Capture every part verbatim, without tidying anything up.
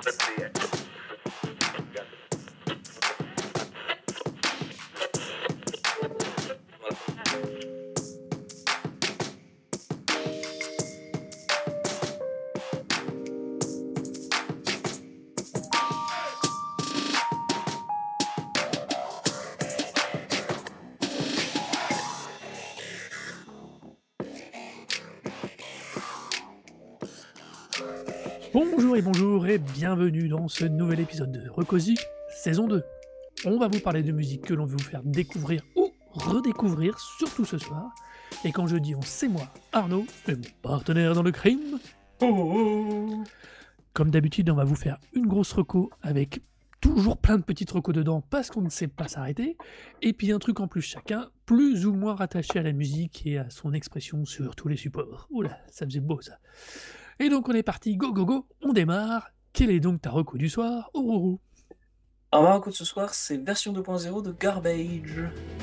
Bonjour et bonjour et bienvenue dans ce nouvel épisode de Recozy, saison deux. On va vous parler de musique que l'on veut vous faire découvrir ou redécouvrir, surtout ce soir. Et quand je dis on, c'est moi, Arnaud, et mon partenaire dans le crime. Oh, oh. Comme d'habitude, on va vous faire une grosse reco avec toujours plein de petites recos dedans parce qu'on ne sait pas s'arrêter. Et puis un truc en plus chacun, plus ou moins rattaché à la musique et à son expression sur tous les supports. Oula, ça faisait beau ça. Et donc on est parti, go go go, on démarre. Quelle est donc ta reco du soir, Aurorou? Alors ma reco de ce soir, c'est version deux point zéro de Garbage.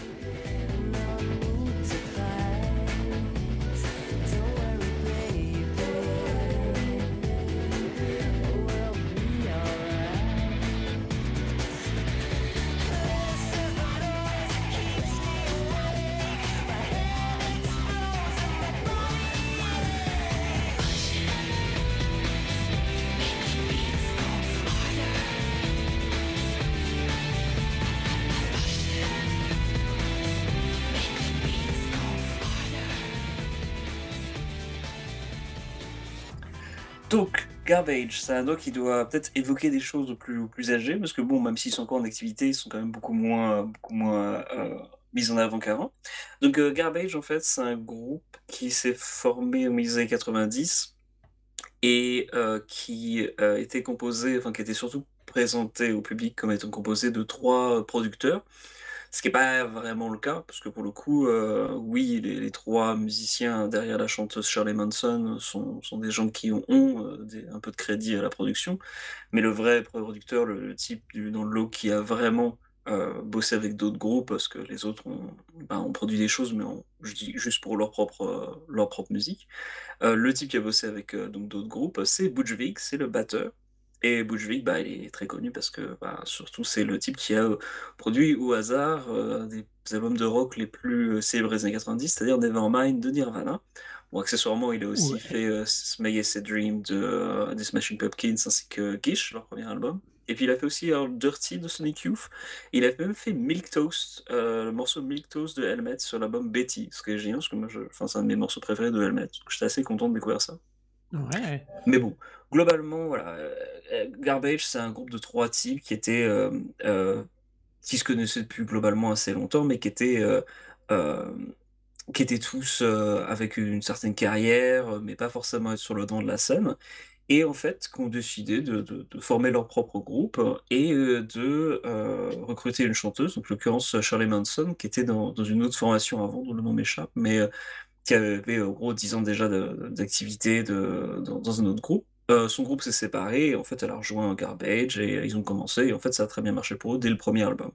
Donc, Garbage, c'est un doc qui doit peut-être évoquer des choses aux plus, aux plus âgés, parce que bon, même s'ils sont encore en activité, ils sont quand même beaucoup moins, beaucoup moins euh, mis en avant qu'avant. Donc, euh, Garbage, en fait, c'est un groupe qui s'est formé au milieu des années quatre-vingt-dix et euh, qui euh, était composé, enfin, qui était surtout présenté au public comme étant composé de trois producteurs. Ce qui n'est pas vraiment le cas, parce que pour le coup, euh, oui, les, les trois musiciens derrière la chanteuse Shirley Manson sont, sont des gens qui ont, ont euh, des- un peu de crédit à la production, mais le vrai producteur, le, le type du, dans le lot qui a vraiment euh, bossé avec d'autres groupes, parce que les autres ont, ben, ont produit des choses, mais en- je dis juste pour leur propre, euh, leur propre musique. Euh, le type qui a bossé avec euh, donc d'autres groupes, c'est Butch Vig, c'est le batteur. Et Butch Vig, bah, il est très connu parce que bah, surtout c'est le type qui a euh, produit au hasard euh, des albums de rock les plus euh, célèbres des années quatre-vingt-dix, c'est-à-dire Nevermind de Nirvana. Bon, accessoirement, il a aussi Ouais. fait euh, Smell Yes a Dream de, euh, des Smashing Pumpkins ainsi que Gish, leur premier album. Et puis il a fait aussi euh, Dirty de Sonic Youth. Il a même fait Milk Toast, euh, le morceau Milk Toast de Helmet sur l'album Betty, ce qui est génial parce que moi, je... enfin, c'est un de mes morceaux préférés de Helmet. Donc j'étais assez content de découvrir ça. Ouais. Mais bon, globalement, voilà, euh, euh, Garbage, c'est un groupe de trois types qui étaient, euh, euh, qui se connaissaient depuis globalement assez longtemps, mais qui étaient, euh, euh, qui étaient tous euh, avec une certaine carrière, mais pas forcément être sur le devant de la scène, et en fait, qui ont décidé de, de- de former leur propre groupe et euh, de euh, recruter une chanteuse, donc en l'occurrence Shirley Manson, qui était dans, dans une autre formation avant, dont le nom m'échappe, mais euh, qui avait en gros dix ans déjà de- d'activité de, dans, dans un autre groupe. Euh, son groupe s'est séparé, et en fait elle a rejoint Garbage et euh, ils ont commencé, et en fait ça a très bien marché pour eux dès le premier album.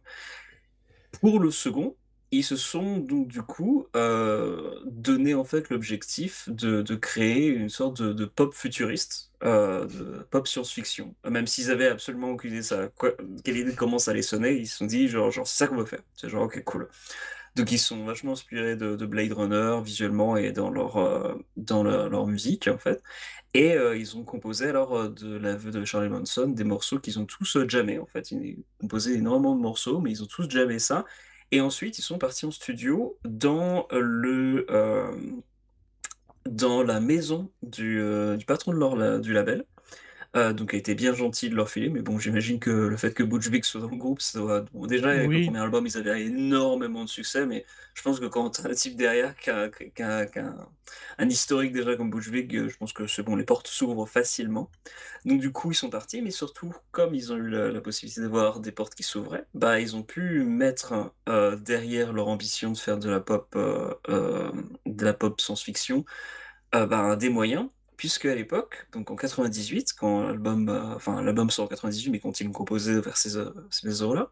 Pour le second, ils se sont donc du coup euh, donné en fait l'objectif de, de créer une sorte de, de pop futuriste, euh, de pop science-fiction. Même s'ils avaient absolument aucune idée de ça, quoi, quelle idée de comment ça allait sonner, ils se sont dit genre, genre c'est ça qu'on veut faire. C'est genre ok cool. Donc ils sont vachement inspirés de, de Blade Runner visuellement et dans leur, euh, dans leur, leur musique en fait. Et euh, ils ont composé alors euh, de la vue de Charlie Manson des morceaux qu'ils ont tous euh, jammés en fait. Ils ont composé énormément de morceaux, mais ils ont tous jammé ça. Et ensuite ils sont partis en studio dans le euh, dans la maison du, euh, du patron de leur, la- du label. Euh, donc a été bien gentil de leur filer, mais bon, j'imagine que le fait que Butch Vig soit dans le groupe, ça doit... bon, déjà avec le Oui. premier album, ils avaient énormément de succès, mais je pense que quand t'as un type derrière qui a, qui a- qui a un, un historique déjà comme Butch Vig, euh, je pense que c'est bon, les portes s'ouvrent facilement. Donc du coup, ils sont partis, mais surtout, comme ils ont eu la, la possibilité d'avoir des portes qui s'ouvraient, bah ils ont pu mettre euh, derrière leur ambition de faire de la pop, euh, euh, de la pop science-fiction, euh, bah, des moyens, puisque à l'époque, donc en quatre-vingt-dix-huit, quand l'album, euh, enfin l'album sort en quatre-vingt-dix-huit, mais quand ils l'ont composé vers ces, euh, ces heures-là,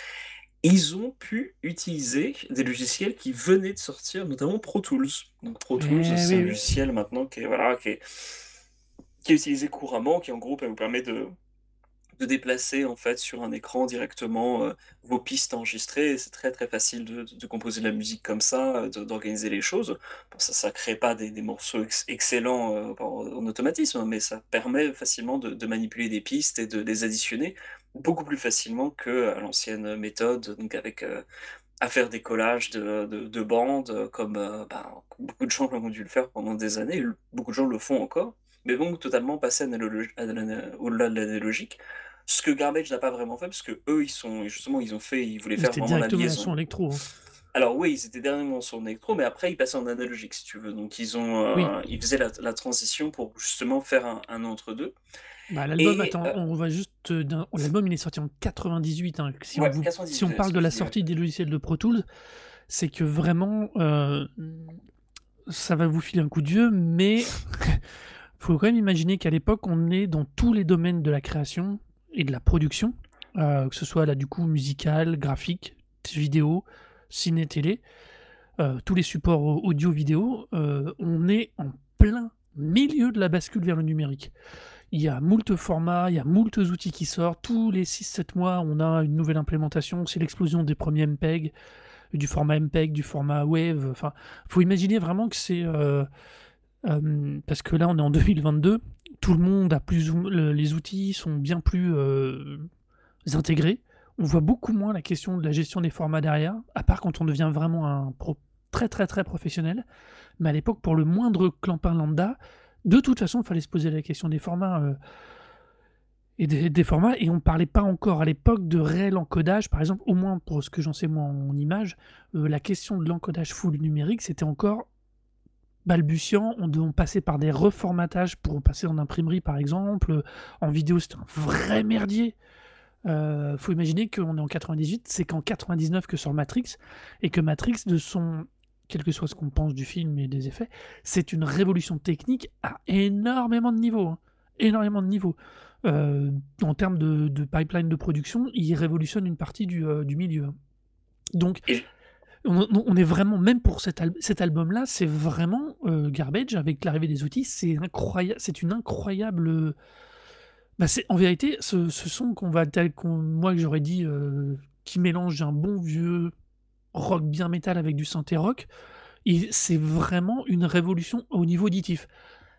ils ont pu utiliser des logiciels qui venaient de sortir, notamment Pro Tools. Donc Pro Tools, Eh c'est un oui, oui. logiciel maintenant qui est, voilà, qui est, qui est utilisé couramment, qui en gros peut vous permettre de de déplacer en fait sur un écran directement, heu, vos pistes enregistrées et c'est très, très facile de de de composer de la musique comme ça, heu, de d'organiser les choses. Bon ça ça crée pas des des morceaux ex excellents, heu, en en automatisme, mais ça permet facilement de de manipuler des pistes et de les additionner beaucoup plus facilement qu'à l'ancienne méthode, donc avec, heu, à faire des collages de de de bandes, heu, comme, heu, ben, beaucoup de gens ont dû le faire pendant des années, l beaucoup de gens le font encore, mais bon, totalement passer analogi à de l'ana au-delà de l'analogique. Ce que Garbage n'a pas vraiment fait, parce qu'eux, ils sont justement, ils ont fait ils voulaient Ils faire étaient vraiment la directement en liaison. son électro, hein. Alors oui, ils étaient dernièrement sur le électro, mais après ils passaient en analogique si tu veux, donc ils ont, Oui. heu, ils faisaient la la transition pour justement faire un un entre deux Bah, l'album, et attends, heu on va juste, heu, d'un l'album, il est sorti en quatre-vingt-dix-huit, hein. Si on ouais, vous si on quatre-vingt-dix-huit, ouais, parle de la excuse, ouais. sortie des logiciels de Pro Tools, c'est que vraiment, heu, mmh, ça va vous filer un coup de vieux, mais faut quand même imaginer qu'à l'époque, on est dans tous les domaines de la création et de la production, heu, que ce soit là, du coup, musical, graphique, t vidéo, ciné, télé, heu, tous les supports au audio, vidéo, heu, on est en plein milieu de la bascule vers le numérique. Il y a moult formats, il y a moult outils qui sortent. Tous les six sept mois, on a une nouvelle implémentation. C'est l'explosion des premiers M P E G, du format M P E G, du format Wave. Enfin, faut imaginer vraiment que c'est, heu, hem, parce que là, on est en deux mille vingt-deux, tout le monde a plus ou le les outils sont bien plus, heu, intégrés. On voit beaucoup moins la question de la gestion des formats derrière, à part quand on devient vraiment un pro très, très, très professionnel. Mais à l'époque, pour le moindre clampin lambda, de toute façon, il fallait se poser la question des formats, heu et des des formats et on parlait pas encore à l'époque de réel encodage. Par exemple, au moins pour ce que j'en sais moi en images, heu, la question de l'encodage full numérique, c'était encore balbutiant. On de on passait par des reformatages pour passer en imprimerie, par exemple, heu, en vidéo, c'était un vrai merdier. Heu, faut imaginer qu'on est en quatre-vingt-dix-huit, c'est qu'en quatre-vingt-dix-neuf que sort Matrix et que Matrix de son quel que soit ce qu'on pense du film et des effets, c'est une révolution technique à énormément de niveaux, hein, énormément de niveaux. Heu, en termes de de pipeline de production, il révolutionne une partie du, heu, du milieu, hein. Donc Et on on on est vraiment même pour cet al cet album-là, c'est vraiment, heu, Garbage avec l'arrivée des outils, c'est incroya c'est une incroyable, heu, bah, c'est en vérité ce ce son qu'on va tel qu'on moi que j'aurais dit, heu, qui mélange un bon vieux rock bien métal avec du synthé rock, il c'est vraiment une révolution au niveau auditif.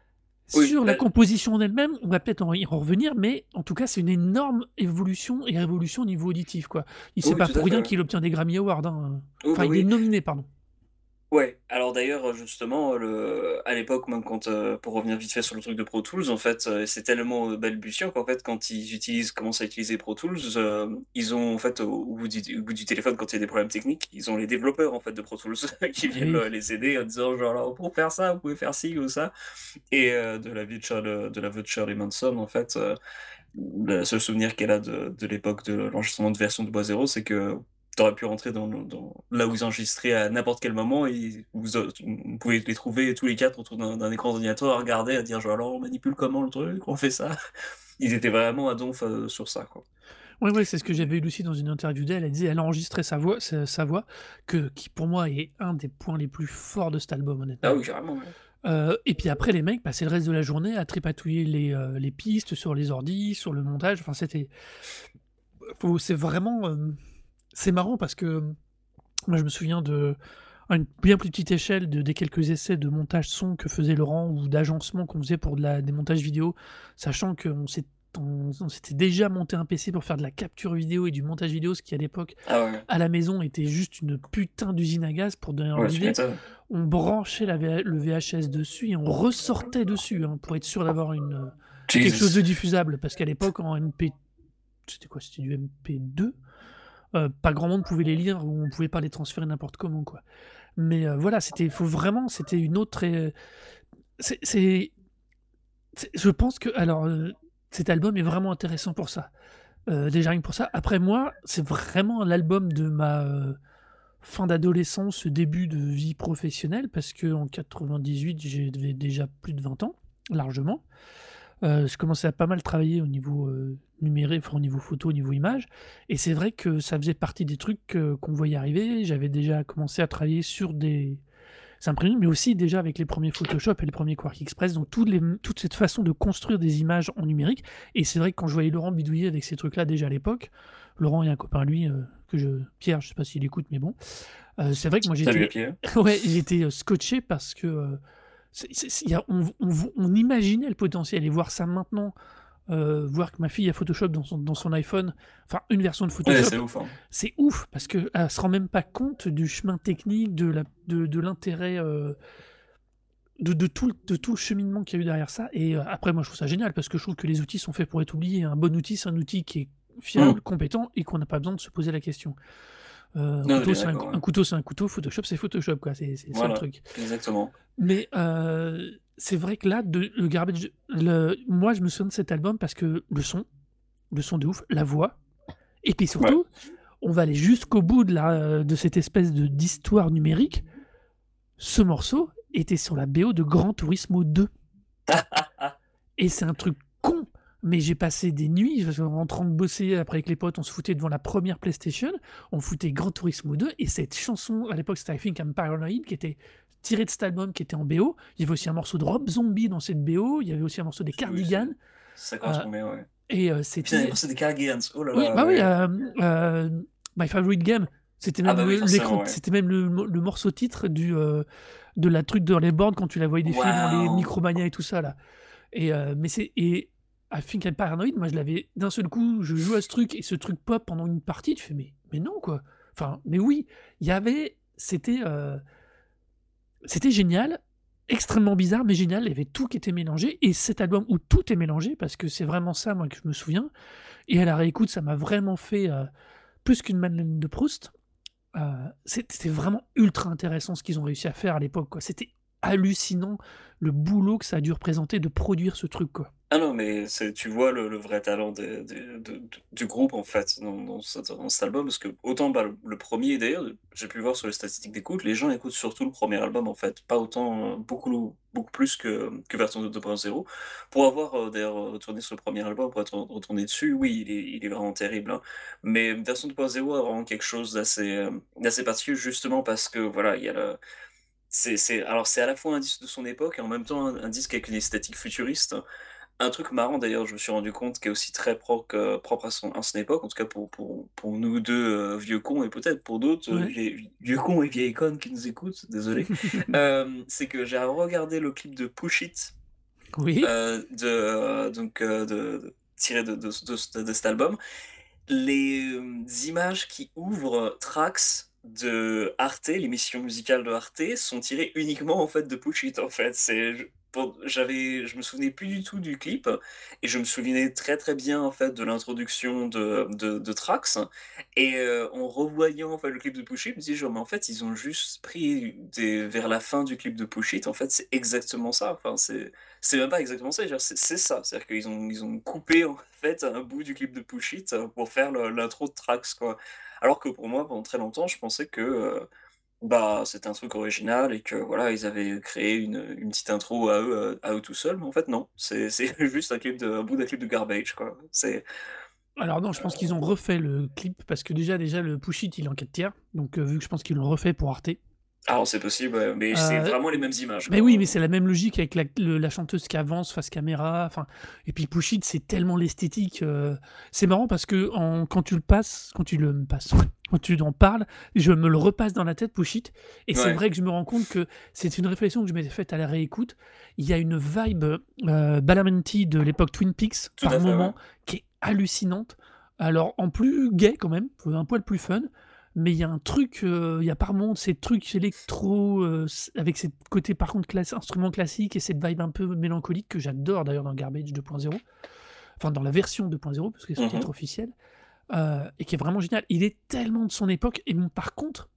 oui, Sur la bah composition en elle-même, on va peut-être en y en revenir, mais en tout cas, c'est une énorme évolution et révolution au niveau auditif, quoi. Il c'est oui, pas tout à pour fait, rien ouais. qu'il obtient des Grammy Awards, hein, Oui, enfin bah, il est oui. nominé, pardon. Ouais, alors d'ailleurs, justement, le à l'époque, même quand, heu, pour revenir vite fait sur le truc de Pro Tools, en fait, heu, c'est tellement, heu, balbutiant qu'en fait, quand ils utilisent commencent à utiliser Pro Tools, hem, ils ont en fait, au au bout du au bout du téléphone, quand il y a des problèmes techniques, ils ont les développeurs, en fait, de Pro Tools qui Ah viennent oui, le les aider en disant genre: «Alors pour faire ça, vous pouvez faire ci ou ça» et heu, de la vie de Charl de l'aveu de Shirley Manson, en fait, heu, le seul souvenir qu'elle a de de l'époque de l'enregistrement de version deux point zéro, c'est que tu aurais pu rentrer dans le dans là où ils enregistraient à n'importe quel moment et vous a vous pouvez les trouver tous les quatre autour d'un d'un écran d'ordinateur à regarder, à dire genre: «Alors on manipule comment le truc? On fait ça?» Ils étaient vraiment à donf, heu, sur ça, quoi. ouais, ouais, c'est ce que j'avais lu aussi dans une interview d'elle. Elle disait elle a enregistré sa voix sa sa voix que qui pour moi est un des points les plus forts de cet album, Ah honnêtement. oui, carrément, ouais. Heu et puis après les mecs passaient le reste de la journée à tripatouiller les, heu, les pistes sur les ordis, sur le montage, enfin c'était faut c'est vraiment, hem, c'est marrant parce que, moi je me souviens de à une bien plus petite échelle de des quelques essais de montage son que faisait Laurent ou d'agencement qu'on faisait pour de la des montages vidéo, sachant qu'on s'est on on s'était déjà monté un P C pour faire de la capture vidéo et du montage vidéo, ce qui à l'époque, Ah ouais, ouais. à la maison, était juste une putain d'usine à gaz pour donner ordre Ouais, tu d'idée. m'étonnes. On branchait la V le V H S dessus et on ressortait dessus, hein, pour être sûr d'avoir une, heu, quelque chose de Jesus. diffusable. Parce qu'à l'époque en M P c'était quoi? C'était du M P deux, heu, pas grand monde pouvait les lire ou on pouvait pas les transférer n'importe comment, quoi. Mais heu, voilà, c'était faut vraiment c'était une autre et c'est c'est c'est je pense que alors, heu, cet album est vraiment intéressant pour ça. Heu, déjà rien que pour ça. Après moi, c'est vraiment l'album de ma, heu, fin d'adolescence, début de vie professionnelle parce qu'en quatre-vingt-dix-huit, j'avais déjà plus de vingt ans, largement. Heu, je commençais à pas mal travailler au niveau, heu, numérique, enfin au niveau photo, au niveau image et c'est vrai que ça faisait partie des trucs, heu, qu'on voyait arriver. J'avais déjà commencé à travailler sur des c'est impressionnant, mais aussi déjà avec les premiers Photoshop et les premiers Quark Express, donc toutes les toute cette façon de construire des images en numérique. Et c'est vrai que quand je voyais Laurent bidouiller avec ces trucs-là déjà à l'époque, Laurent il y a un copain à lui, heu, que je Pierre, je sais pas s'il écoute, mais bon, heu, c'est vrai que moi Salut à j'étais Pierre. ouais, j'étais, heu, scotché parce que, heu, c'est c'est c'est il y a on on on imaginait le potentiel et voir ça maintenant, heu, voir que ma fille a Photoshop dans son dans son iPhone, enfin une version de Ouais, Photoshop, c'est ouf, hein. c'est ouf parce qu'elle se rend même pas compte du chemin technique, de la de de l'intérêt, heu, de de tout le de tout le cheminement qu'il y a eu derrière ça. Et heu, après moi je trouve ça génial parce que je trouve que les outils sont faits pour être oubliés. Un bon outil, c'est un outil qui est Mmh. fiable, compétent et qu'on n'a pas besoin de se poser la question. Heu, un Non, on est couteau, bien c'est un d'accord, cou ouais. un couteau, c'est un couteau, Photoshop, c'est Photoshop, quoi, c'est c'est ça le Voilà, truc. exactement. Mais heu, c'est vrai que là, de le Garbage le moi je me souviens de cet album parce que le son, le son de ouf, la voix et puis Ouais. surtout, on va aller jusqu'au bout de la de cette espèce de d'histoire numérique. Ce morceau était sur la B O de Gran Turismo deux et c'est un truc con, mais j'ai passé des nuits, parce qu'en rentrant de bosser après avec les potes, on se foutait devant la première PlayStation, on foutait Gran Turismo deux et cette chanson, à l'époque, c'était I Think I'm Paranoid, qui était tirée de cet album, qui était en B O. Il y avait aussi un morceau de Rob Zombie dans cette B O, il y avait aussi un morceau des Oui, c'est Cardigans, ça heu correspond bien, ouais. et heu, Putain, c'était c'est des Cardigans. Oh là oui, là, bah oui, ouais. hem, hem, My Favorite Game, c'était Ah même bah oui, le forcément, l'écran ouais. c'était même le mo le morceau titre du, heu, de la truc de Board quand tu la voyais défiler dans les Waouh! Micromania et tout ça là. Et heu, mais c'est et I Think I'm Paranoid, moi je l'avais d'un seul coup, je joue à ce truc et ce truc pop pendant une partie, tu fais: «Mais mais non quoi!» Enfin, mais oui, il y avait c'était, heu, c'était génial, extrêmement bizarre, mais génial. Il y avait tout qui était mélangé et cet album où tout est mélangé, parce que c'est vraiment ça moi que je me souviens et à la réécoute, ça m'a vraiment fait, heu, plus qu'une Madeleine de Proust. Heu, c'est c'était vraiment ultra intéressant ce qu'ils ont réussi à faire à l'époque, quoi. C'était hallucinant le boulot que ça a dû représenter de produire ce truc, quoi. Ah non, mais c'est tu vois le le vrai talent des des de de du groupe, en fait, dans dans cet dans cet album, parce que autant, bah, le le premier d'ailleurs, j'ai pu voir sur les statistiques d'écoute, les gens écoutent surtout le premier album, en fait, pas autant, heu, beaucoup beaucoup plus que que Version deux point zéro. Pour avoir, heu, d'ailleurs, retourné sur le premier album, pour être retourné dessus, oui, il est il est vraiment terrible, hein. Mais Version deux point zéro a vraiment quelque chose d'assez, hem, d'assez particulier, justement parce que, voilà, il y a le c'est c'est alors c'est à la fois un disque de son époque et en même temps un un disque avec une esthétique futuriste. Un truc marrant d'ailleurs, je me suis rendu compte, qui est aussi très proc heu, propre à son à son époque, en tout cas pour pour pour nous deux, heu, vieux cons et peut-être pour d'autres, heu, Ouais. vieux vieux cons et vieilles connes qui nous écoutent, désolé. Hem, c'est que j'ai regardé le clip de Push It, Oui, heu, de, heu, donc, heu, de de tiré de de de c de cet album. Les, hem, images qui ouvrent Trax de Arte, l'émission musicale de Arte, sont tirées uniquement, en fait, de Push It, en fait. C'est je pour j'avais je me souvenais plus du tout du clip et je me souvenais très, très bien, en fait, de l'introduction de de de Trax et heu, en revoyant, en fait, le clip de Push It, je me dis genre: «Mais en fait, ils ont juste pris des vers la fin du clip de Push It, en fait, c'est exactement ça». Enfin, c'est c'est même pas exactement ça, je veux dire, c'est c'est ça. C'est-à-dire qu'ils ont ils ont coupé, en fait, un bout du clip de Push It, heu, pour faire le l'intro de Trax, quoi. Alors que pour moi, pendant très longtemps, je pensais que, heu, bah, c'était un truc original et que, voilà, ils avaient créé une, une petite intro à eux, heu, à eux tout seuls, mais en fait non, c'est c'est juste un clip de un bout d'un clip de Garbage, quoi. C'est alors non, je pense qu'ils ont refait le clip parce que déjà déjà le Push It, il est en quatre tiers, donc heu, vu que je pense qu'ils l'ont refait pour Arte. alors c'est possible, ouais, mais c'est Heu, vraiment les mêmes images, mais oui, mais quoi. c'est la même logique avec la le la chanteuse qui avance face caméra, enfin et puis Push It, c'est tellement l'esthétique, heu, c'est marrant parce qu'en quand tu le passes quand tu le me passes, quand tu en parles, je me le repasse dans la tête Push It et c'est Ouais, vrai que je me rends compte que c'est une réflexion que je m'étais faite à la réécoute. Il y a une vibe, heu, Badalamenti de l'époque Twin Peaks tout par à fait, ouais. moment qui est hallucinante. Alors en plus gai quand même, un poil plus fun, mais il y a un truc, heu, il y a par moments ces trucs électro, heu, s avec ces côtés par contre class instruments classiques et cette vibe un peu mélancolique que j'adore d'ailleurs dans Garbage deux point zéro, enfin dans la version deux point zéro parce que c'est son Mmh titre mh. officiel, heu et qui est vraiment génial. Il est tellement de son époque et bon par contre,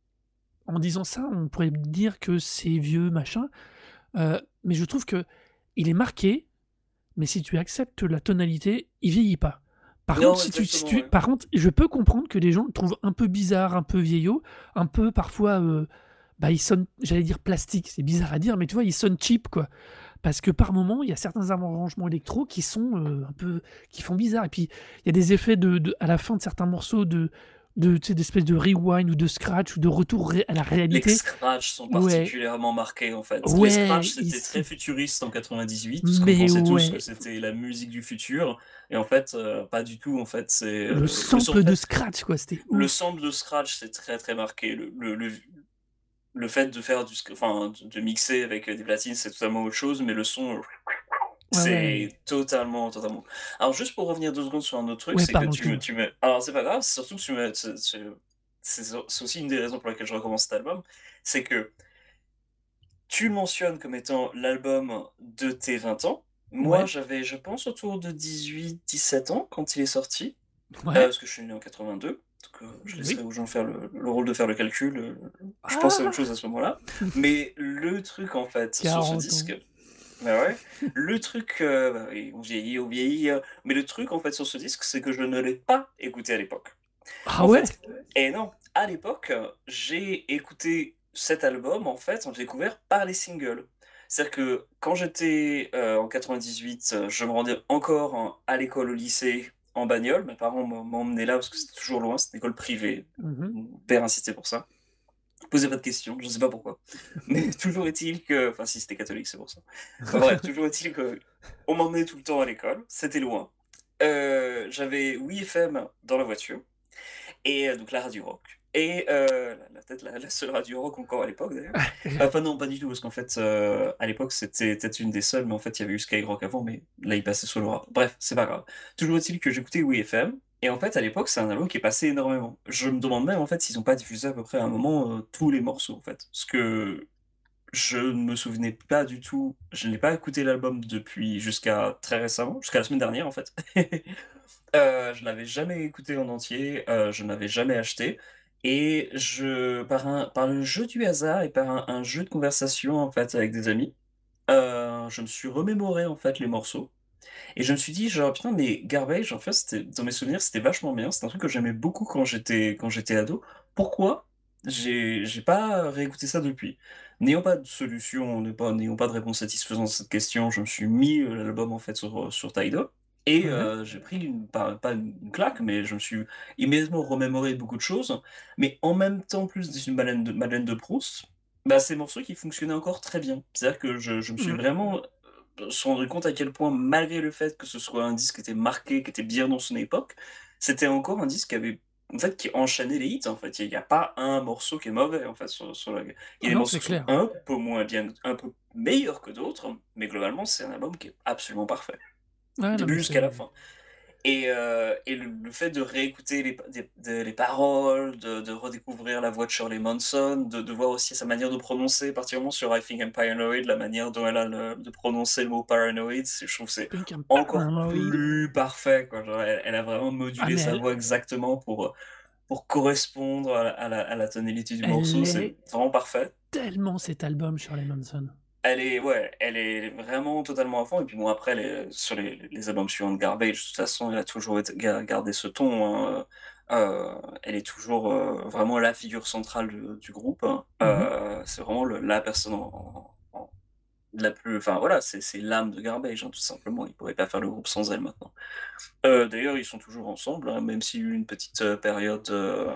en disant ça, on pourrait dire que c'est vieux machin, heu, mais je trouve qu'il est marqué, mais si tu acceptes la tonalité, il vieillit pas. Par contre, Non, si tu si exactement, tu ouais. par contre, je peux comprendre que les gens le trouvent un peu bizarre, un peu vieillot, un peu parfois, heu, bah, il sonne, j'allais dire plastique, c'est bizarre à dire, mais tu vois, il sonne cheap, quoi. Parce que par moment, il y a certains arrangements électro qui sont, heu, un peu qui font bizarre et puis il y a des effets de de à la fin de certains morceaux de de tu sais, d'espèce de rewind ou de scratch ou de retour ré à la Les réalité. scratchs sont Ouais, particulièrement marqués, en fait. Les ouais, scratchs, ils c'était très sont futuriste en quatre-vingt-dix-huit, parce qu'on mais pensait tous que ouais, c'était la musique du futur et en fait, heu, pas du tout, en fait, c'est, le heu, le son en sample de fait, scratch quoi, c'était le ouf. sample de scratch, c'est très, très marqué. Le le le le fait de faire du sc enfin, de de mixer avec, heu, des platines, c'est totalement autre chose, mais le son, Ouais, ouais. c'est totalement, totalement alors juste pour revenir deux secondes sur un autre truc, Ouais, c'est que pardon, tu me excuse-moi. tu me alors c'est pas grave, c'est surtout que tu me tu tu c'est c'est aussi une des raisons pour lesquelles je recommence cet album, c'est que tu le mentionnes comme étant l'album de tes vingt ans. Moi, Ouais, j'avais, je pense, autour de dix-huit dix-sept ans quand il est sorti, heu, ouais, parce que je suis né en quatre-vingt-deux, donc heu, je laisserai oui. aux gens faire le le rôle de faire le calcul, heu, je pense à autre Ah! chose à ce moment-là. Mais le truc, en fait, sur ce quarante ans. disque bah, ouais, le truc, heu, bah, oui, on vieillit, on vieillit, heu, mais le truc, en fait, sur ce disque, c'est que je ne l'ai pas écouté à l'époque. Ah En ouais? fait et non, à l'époque, heu, j'ai écouté cet album, en fait, on l'a découvert par les singles. C'est-à-dire que quand j'étais, heu, en quatre-vingt-dix-huit, heu, je me rendais encore en à l'école, au lycée, en bagnole. Mes parents m'em m'emmenaient là parce que c'était toujours loin, c'était une école privée. Mmh mh. Mon père insistait pour ça. Posez pas de questions, je ne sais pas pourquoi. Mais toujours est-il que enfin si, c'était catholique, c'est pour ça. Enfin bref, toujours est-il qu'on m'emmenait tout le temps à l'école, c'était loin. Heu, j'avais Oui F M dans la voiture et heu, donc la radio rock et heu, la la peut-être la la seule radio rock encore à l'époque d'ailleurs. Enfin non, pas du tout parce qu'en fait, heu, à l'époque c'était peut-être une des seules, mais en fait il y avait eu Skyrock avant, mais là il passait sur le rap. Bref, c'est pas grave. Toujours est-il que j'écoutais Oui F M et en fait à l'époque c'est un album qui est passé énormément. Je me demande même en fait s'ils ont pas diffusé à peu près à un moment, heu, tous les morceaux en fait. Parce que je ne me souvenais pas du tout, je n'ai pas écouté l'album depuis jusqu'à très récemment, jusqu'à la semaine dernière en fait. Heu, je l'avais jamais écouté en entier, heu, je n'avais jamais acheté et je par un par le jeu du hasard et par un un jeu de conversation, en fait, avec des amis, heu, je me suis remémoré, en fait, les morceaux et je me suis dit genre: «Putain, mais Garbage, en fait, c'était dans mes souvenirs, c'était vachement bien, c'était un truc que j'aimais beaucoup quand j'étais quand j'étais ado. Pourquoi j'ai j'ai pas réécouté ça depuis?» N'ayant pas de solution, n'est pas n'ayant pas de réponse satisfaisante à cette question, je me suis mis, heu, l'album, en fait, sur, heu, sur Tidal et Ouais. heu, j'ai pris une pas pas une claque, mais je me suis immédiatement remémoré beaucoup de choses, mais en même temps, plus d'une Madeleine de Madeleine de Proust, bah, ces morceaux qui fonctionnaient encore très bien. C'est-à-dire que je je me suis Mmh. vraiment se rendre compte à quel point, malgré le fait que ce soit un disque qui était marqué, qui était bien dans son époque, c'était encore un disque qui avait en fait, qui enchaînait les hits, en fait. Il y a pas un morceau qui est mauvais, en fait, sur sur le il y a Ah des non, morceaux c'est qui sont clair. un peu moins bien, un peu meilleurs que d'autres, mais globalement, c'est un album qui est absolument parfait, Ouais, du non, mais début jusqu'à la c'est fin. Et heu et le le fait de réécouter les pa des de les paroles, de de redécouvrir la voix de Shirley Manson, de de voir aussi sa manière de prononcer, particulièrement sur I Think I'm Paranoid, la manière dont elle a le de prononcer le mot paranoid, c'est je trouve que c'est Think I'm encore paranoid. plus parfait, quoi. Genre elle elle a vraiment Ah modulé mais sa elle voix exactement pour, heu, pour correspondre à la à la à la tonalité du elle morceau, c'est est vraiment parfait. tellement cet album, Shirley Manson. Elle est ouais, elle est vraiment totalement à fond et puis bon après les sur les les albums suivants de Garbage, de toute façon, elle a toujours été ga gardé ce ton, hein, heu heu, elle est toujours, heu, vraiment la figure centrale du du groupe, hein. Mmh mh. Heu, c'est vraiment le la personne en en la plus enfin voilà, c'est c'est l'âme de Garbage, hein, tout simplement. Ils pourraient pas faire le groupe sans elle maintenant. Heu, d'ailleurs, ils sont toujours ensemble, hein, même s'il y a eu une petite, heu, période, heu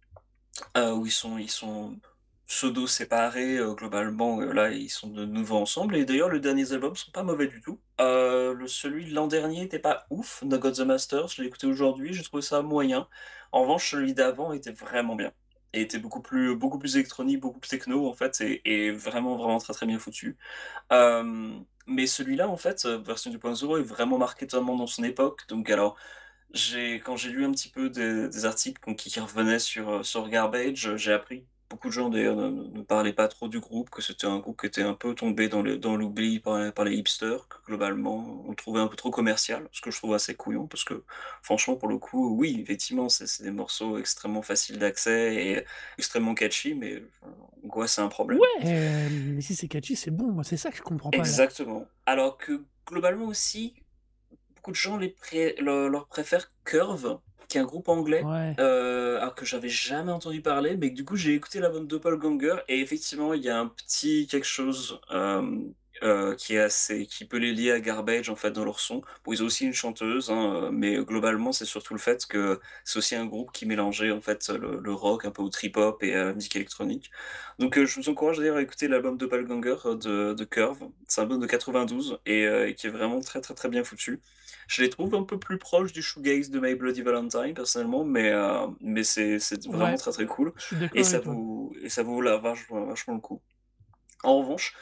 Heu, où ils sont ils sont pseudo-séparés, heu, globalement, heu, là, ils sont de nouveau ensemble et d'ailleurs, les derniers albums sont pas mauvais du tout. Heu, le celui de l'an dernier était pas ouf, No Gods the Masters, je l'ai écouté aujourd'hui, j'ai trouvé ça moyen. En revanche, celui d'avant était vraiment bien et était beaucoup plus beaucoup plus électronique, beaucoup plus techno, en fait et et vraiment, vraiment très, très bien foutu. Hem, mais celui-là, en fait, heu, version deux point zéro est vraiment marqué totalement dans son époque, donc alors j'ai quand j'ai lu un petit peu des des articles con qui qui revenaient sur, heu, sur Garbage, heu, j'ai appris beaucoup de gens d'ailleurs ne ne ne parlaient pas trop du groupe, que c'était un groupe qui était un peu tombé dans le dans l'oubli par les par les hipsters, que globalement on trouvait un peu trop commercial, ce que je trouve assez couillon parce que franchement pour le coup, oui effectivement c'est c'est des morceaux extrêmement faciles d'accès et extrêmement catchy mais, heu, en quoi c'est un problème? Ouais, mais si c'est catchy, c'est bon, moi c'est ça que je comprends pas là. Exactement. Alors que globalement aussi beaucoup de gens les pré le leur préfèrent Curve, qui est un groupe anglais, Ouais. heu, alors que j'avais jamais entendu parler, mais que du coup j'ai écouté l'album Doppelganger et effectivement il y a un petit quelque chose, hem, heu, qui est assez qui peut les lier à Garbage, en fait, dans leur son. Bon, ils ont aussi une chanteuse, hein, heu, mais globalement, c'est surtout le fait que c'est aussi un groupe qui mélangeait, en fait, le le rock un peu au trip hop et à la musique électronique. Donc heu, je vous encourage d'ailleurs à écouter l'album Doppelganger euh, de de Curve. C'est un album de quatre-vingt-douze et heu, et qui est vraiment très, très, très bien foutu. Je les trouve un peu plus proches du shoegaze de My Bloody Valentine personnellement, mais heu, mais c'est c'est vraiment Ouais, très, très cool je suis et d'accord ça avec toi. vaut et ça vaut la vache vachement le coup. En revanche,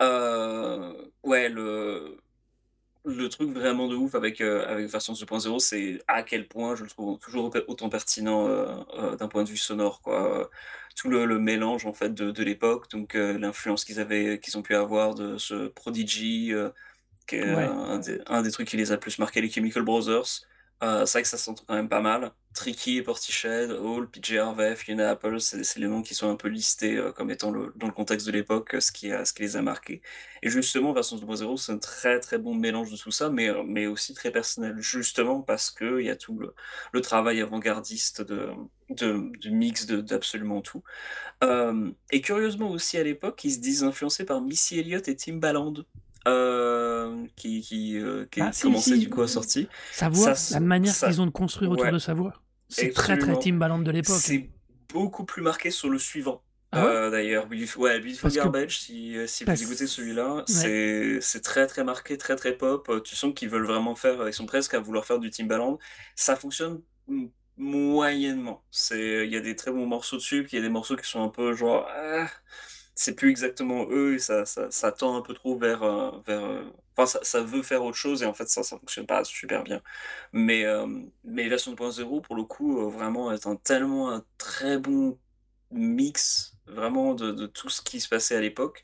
heu, ouais, le le truc vraiment de ouf avec, heu, avec Version deux point zéro, c'est à quel point je le trouve toujours auta autant pertinent, heu heu, d'un point de vue sonore, quoi, heu, tout le le mélange, en fait, de de l'époque, donc heu, l'influence qu'ils avaient qu'ils ont pu avoir de ce Prodigy, heu qui est Ouais, un des un des trucs qui les a le plus marqués, les Chemical Brothers. Heu, c'est vrai que ça s'entend quand même pas mal. Tricky, Portishead, Hall, P J Harvey, Fiona Apple, c'est c'est les noms qui sont un peu listés, heu, comme étant le dans le contexte de l'époque, heu, ce qui a ce qui les a marqués et justement Version deux point zéro, c'est un très, très bon mélange de tout ça, mais heu, mais aussi très personnel. Justement parce qu'il y a tout le le travail avant-gardiste de de de mix de d'absolument tout. Hem et curieusement aussi à l'époque, ils se disent influencés par Missy Elliott et Timbaland, heu, qui qui, heu, bah, qui si, commençaient si, du coup à sortir. sa Ça voix, la se manière ça qu'ils ont de construire autour Ouais, de sa voix, c'est très, très absolument. Timbaland de l'époque, hein. C'est beaucoup plus marqué sur le suivant, Ah ouais? heu, d'ailleurs, Beautif ouais, Beautiful Parce que Garbage, si, heu, si vous écoutez parce celui-là, ouais, c'est c'est très, très marqué, très, très pop, heu, tu sens qu'ils veulent vraiment faire, ils sont presque à vouloir faire du Timbaland. Ça fonctionne m moyennement. C'est il y a des très bons morceaux dessus, puis il y a des morceaux qui sont un peu genre, ah, c'est plus exactement eux et ça ça ça tend un peu trop vers, heu, vers, heu, enfin ça ça veut faire autre chose et en fait ça ça fonctionne pas super bien. Mais, hem, mais version deux point zéro pour le coup, heu, vraiment est un tellement un très bon mix vraiment de de tout ce qui se passait à l'époque.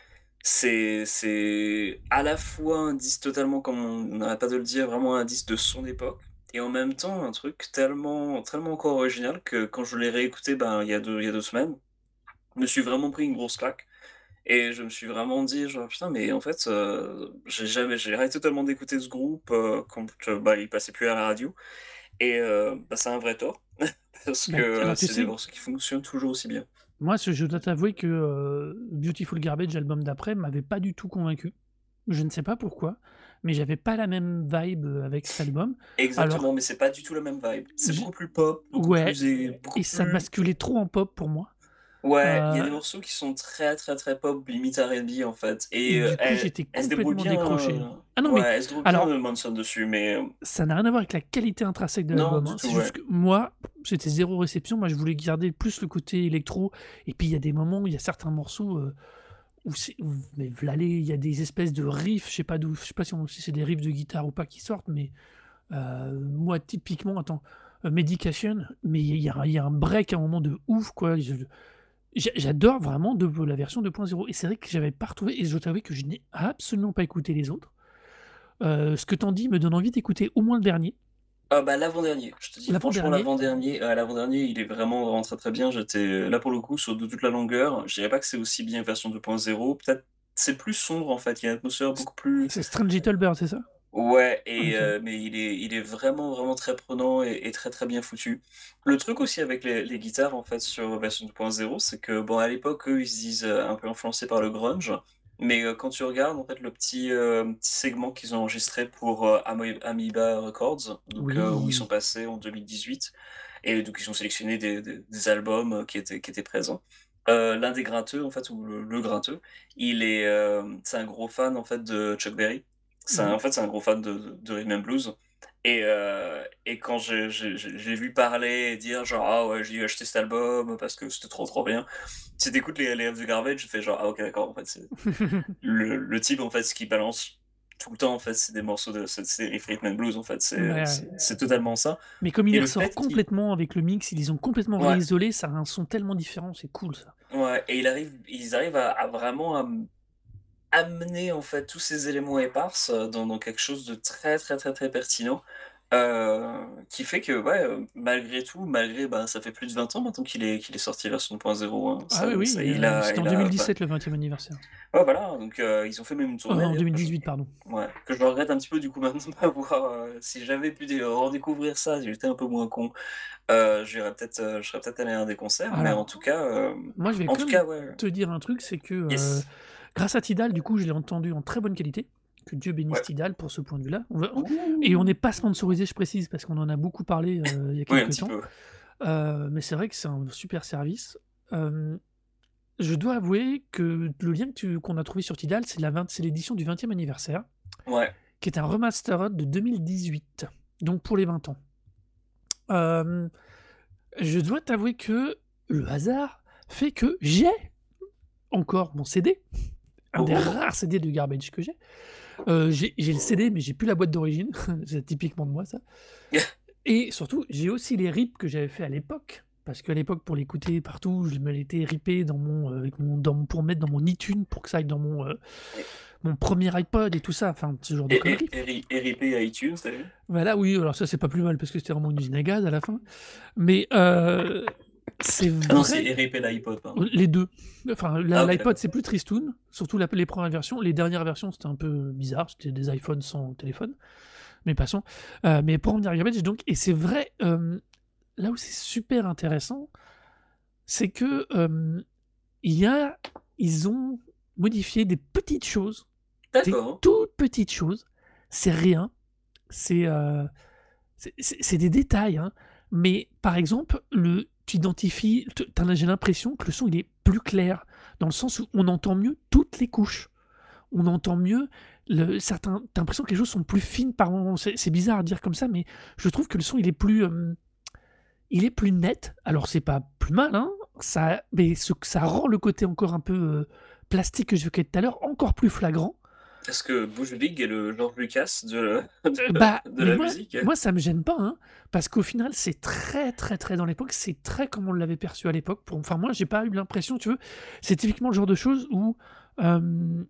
C'est c'est à la fois un disque totalement, comme on n'arrête pas de le dire, vraiment un disque de son époque et en même temps un truc tellement tellement encore original que quand je l'ai réécouté, ben, il y a deux il y a deux semaines, je me suis vraiment pris une grosse claque et je me suis vraiment dit genre: «Putain mais en fait, heu, j'ai jamais j'ai arrêté totalement d'écouter ce groupe, heu, quand, heu, bah, il passait plus à la radio» et heu, bah, c'est un vrai tort parce bah, que, heu, alors tu c'est des sais, morceaux qui fonctionnent toujours aussi bien. moi, ce je dois t'avouer que, heu, Beautiful Garbage, l'album d'après, m'avait pas du tout convaincu. Je ne sais pas pourquoi, mais j'avais pas la même vibe, heu, avec cet album. Exactement, Alors, mais c'est pas du tout la même vibe. C'est j'ai beaucoup plus pop, beaucoup ouais plus é beaucoup et ça plus basculait trop en pop pour moi, ouais, il y a heu des morceaux qui sont très, très, très pop, limite R and B en fait et et heu, du coup, elle j'étais elle se débrouille complètement bien, décroché. heu, Ah non, ouais, mais elle se débrouille bien, alors heu, Manson dessus, mais heu, ça n'a rien à voir avec la qualité intrinsèque de non, l'album, du hein. tout, C'est ouais. juste que moi, c'était zéro réception. Moi, je voulais garder plus le côté électro et puis il y a des moments où il y a certains morceaux, heu, où c'est où mais v'là les il y a des espèces de riffs, je sais pas d'où je sais pas si on si c'est des riffs de guitare ou pas qui sortent, mais heu, moi typiquement attends, heu, Medication, mais il y a il y a un break à un moment de ouf quoi. Je j'a j'adore vraiment de la version deux point zéro et c'est vrai que j'avais pas retrouvé et je dois t'avouer que je n'ai absolument pas écouté les autres. Heu, ce que tu en dis me donne envie d'écouter au moins le dernier. Ah bah, l'avant-dernier, je te dis franchement L'avant-dernier, l'avant-dernier, heu, l'avant-dernier, il est vraiment, vraiment très, très bien. J'étais là pour le coup sur de toute la longueur. Je dirais pas que c'est aussi bien version deux point zéro, peut-être c'est plus sombre en fait, il y a une atmosphère c beaucoup plus c'est Strange Little Bird, c'est ça? ouais et OK. heu, mais il est il est vraiment, vraiment très prenant et et très, très bien foutu. Le truc aussi avec les les guitares en fait sur version deux point zéro, c'est que bon à l'époque, eux, ils se disent, heu, un peu influencés par le grunge, mais heu, quand tu regardes en fait le petit, heu, petit segment qu'ils ont enregistré pour, heu, Amo Amoeba Records, donc heu, où ils sont Oui. passés en deux mille dix-huit et donc ils ont sélectionné des des des albums, heu, qui étaient qui étaient présents. Heu, l'un des gratteux en fait ou le le gratteux, il est, hem, c'est un gros fan en fait de Chuck Berry. C'est un Mmh. en fait, c'est un gros fan de de de rhythm and blues et heu et quand j'ai j'ai j'ai je l'ai vu parler et dire genre: «Ah ouais, j'ai acheté cet album parce que c'était trop, trop bien». Si tu écoutes les les F de Garbage, tu fais genre: «Ah OK, d'accord, en fait, c'est» le le type, en fait, ce qu'il balance tout le temps, en fait, c'est des morceaux de c'est c'est des riffs rhythm and blues, en fait, c'est, Ouais, heu, ouais. c'est c'est totalement ça Mais comme il et les le ressort fait qu'il complètement avec le mix, ils les ont complètement ouais, réisolés, ça a un son tellement différent, c'est cool ça. ouais et il arrive ils arrivent à à vraiment à m amener, en fait, tous ces éléments éparses, heu, dans dans quelque chose de très, très, très, très pertinent. Heu, qui fait que, ouais, heu, malgré tout, malgré, bah, ça fait plus de vingt ans maintenant qu'il est qu'il est sorti version deux point zéro, hein. Ah oui, Ça ça oui, il heu, a c'était en il a vingt deux mille dix-sept le vingtième anniversaire. ouais, voilà, donc heu, ils ont fait même une Heu, tournée en d'ailleurs que je deux mille dix-huit pardon. ouais, que je regrette un petit peu du coup maintenant de pas avoir, heu, si j'avais pu dé redécouvrir ça, si j'étais un peu moins con, heu, j'irais peut-être, heu, je serais peut-être allé à un des concerts, mais en tout Alors, cas, hem, moi je vais en quand tout même cas, ouais, te dire un truc, c'est que, heu, yes. Grâce à Tidal, du coup, je l'ai entendu en très bonne qualité. Que Dieu bénisse Ouais. Tidal pour ce point de vue-là. On va on et on Ouh! n'est pas sponsorisé, je précise, parce qu'on en a beaucoup parlé, heu, il y a Oui, un quelque petit temps. peu. Heu, mais c'est vrai que c'est un super service. Hem, je dois avouer que le lien que tu qu'on a trouvé sur Tidal, c'est la vingt c'est l'édition du vingtième anniversaire, Ouais. qui est un remastered de deux mille dix-huit, donc pour les vingt ans. Hem, je dois t'avouer que le hasard fait que j'ai encore mon C D, un des Oh! rares C D de Garbage que j'ai. Heu, j'ai j'ai le C D, mais j'ai plus la boîte d'origine, c'est typiquement de moi ça. Et surtout, j'ai aussi les rips que j'avais fait à l'époque, parce qu'à l'époque, pour l'écouter partout, je me l'étais ripé dans mon, heu, avec mon dans mon pour mettre dans mon iTunes, pour que ça aille dans mon, heu, Et mon premier iPod et tout ça, enfin, ce genre de et et conneries. et ri et ripé iTunes, tu vu? Voilà, oui, alors ça, c'est pas plus mal parce que c'était vraiment une usine à gaz à la fin. Mais, heu, c'est Ah non, c'est vrai, ripé l'iPod, pardon. les deux. Enfin, Ah l'i OK, l'iPod, d'accord. c'est plus tristoun, surtout la les premières versions. Les dernières versions, c'était un peu bizarre, c'était des iPhones sans téléphone, mais passons. Heu, mais pour en venir à Garbage, donc et c'est vrai, hem, là où c'est super intéressant, c'est que, hem, il y a ils ont modifié des petites choses, des D'accord. toutes petites choses. C'est rien, c'est, heu, c'est c'est c'est des détails, hein, mais par exemple, le tu identifies te tu as j'ai l'impression que le son, il est plus clair, dans le sens où on entend mieux toutes les couches. On entend mieux le certains tu as l'impression que les choses sont plus fines par moments. C'est c'est bizarre à dire comme ça, mais je trouve que le son, il est plus, hem il est plus net, alors c'est pas plus mal, hein, ça mais ce que ça rend le côté encore un peu, heu, plastique que j'évoquais tout à l'heure, encore plus flagrant. Est-ce que Butch Vig est le George Lucas de Heu, de bah, de mais la moi musique? moi ça me gêne pas, hein, parce qu'au final c'est très, très, très dans l'époque, c'est très comme on l'avait perçu à l'époque pour enfin moi j'ai pas eu l'impression, tu veux, c'est typiquement le genre de choses où, hem,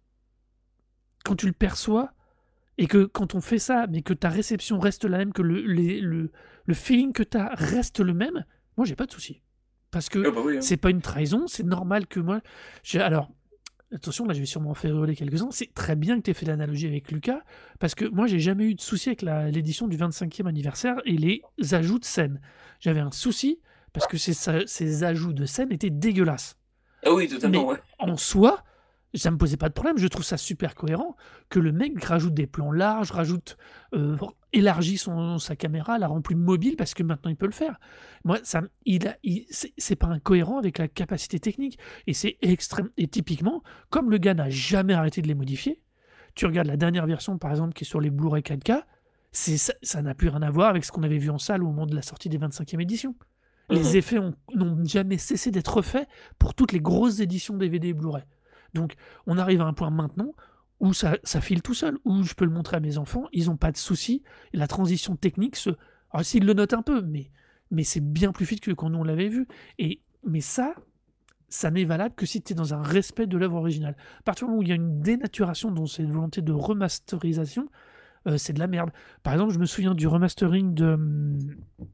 quand tu le perçois et que quand on fait ça, mais que ta réception reste la même, que le les le le feeling que tu as reste le même, moi j'ai pas de souci. Parce que Ah bah oui, hein. c'est pas une trahison, c'est normal que moi j'ai alors attention, là je vais sûrement en faire hurler quelques-uns, c'est très bien que tu aies fait l'analogie avec Lucas, parce que moi j'ai jamais eu de souci avec la l'édition du vingt-cinquième anniversaire et les ajouts de scènes. J'avais un souci parce que ces sa ces ajouts de scènes étaient dégueulasses. Ah oui, totalement, Mais ouais. en soi, ça me posait pas de problème. Je trouve ça super cohérent que le mec rajoute des plans larges, rajoute, heu, élargit son sa caméra, la rend plus mobile parce que maintenant il peut le faire. Moi, ça me il a il c'est c'est pas incohérent avec la capacité technique et c'est extrême et typiquement, comme le gars n'a jamais arrêté de les modifier, tu regardes la dernière version, par exemple, qui est sur les Blu-ray quatre K, c'est ça ça n'a plus rien à voir avec ce qu'on avait vu en salle au moment de la sortie des vingt-cinquième éditions. Mmh Les mh. effets ont n'ont jamais cessé d'être refaits pour toutes les grosses éditions D V D et Blu-ray. Donc on arrive à un point maintenant où ça ça file tout seul, où je peux le montrer à mes enfants, ils ont pas de soucis. La transition technique se alors s'ils le notent un peu, mais mais c'est bien plus vite que quand nous on l'avait vu et mais ça, ça n'est valable que si tu es dans un respect de l'œuvre originale. À partir du moment où il y a une dénaturation dans cette volonté de remasterisation, heu, c'est de la merde. Par exemple, je me souviens du remastering de, mmh,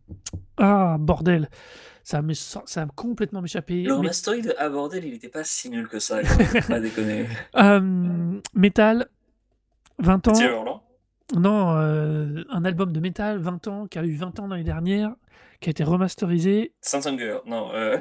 ah bordel! Ça m'est ça ça a complètement m'échappé, Le mais remastering de Ah bordel, il était pas si nul que ça quand même, faut pas déconner. hem, métal, vingt C'était ans, Hurlant? non, heu, un album de métal, vingt ans, qui a eu vingt ans l'année dernière, qui a été remasterisé. Saint-Anger, non, heu,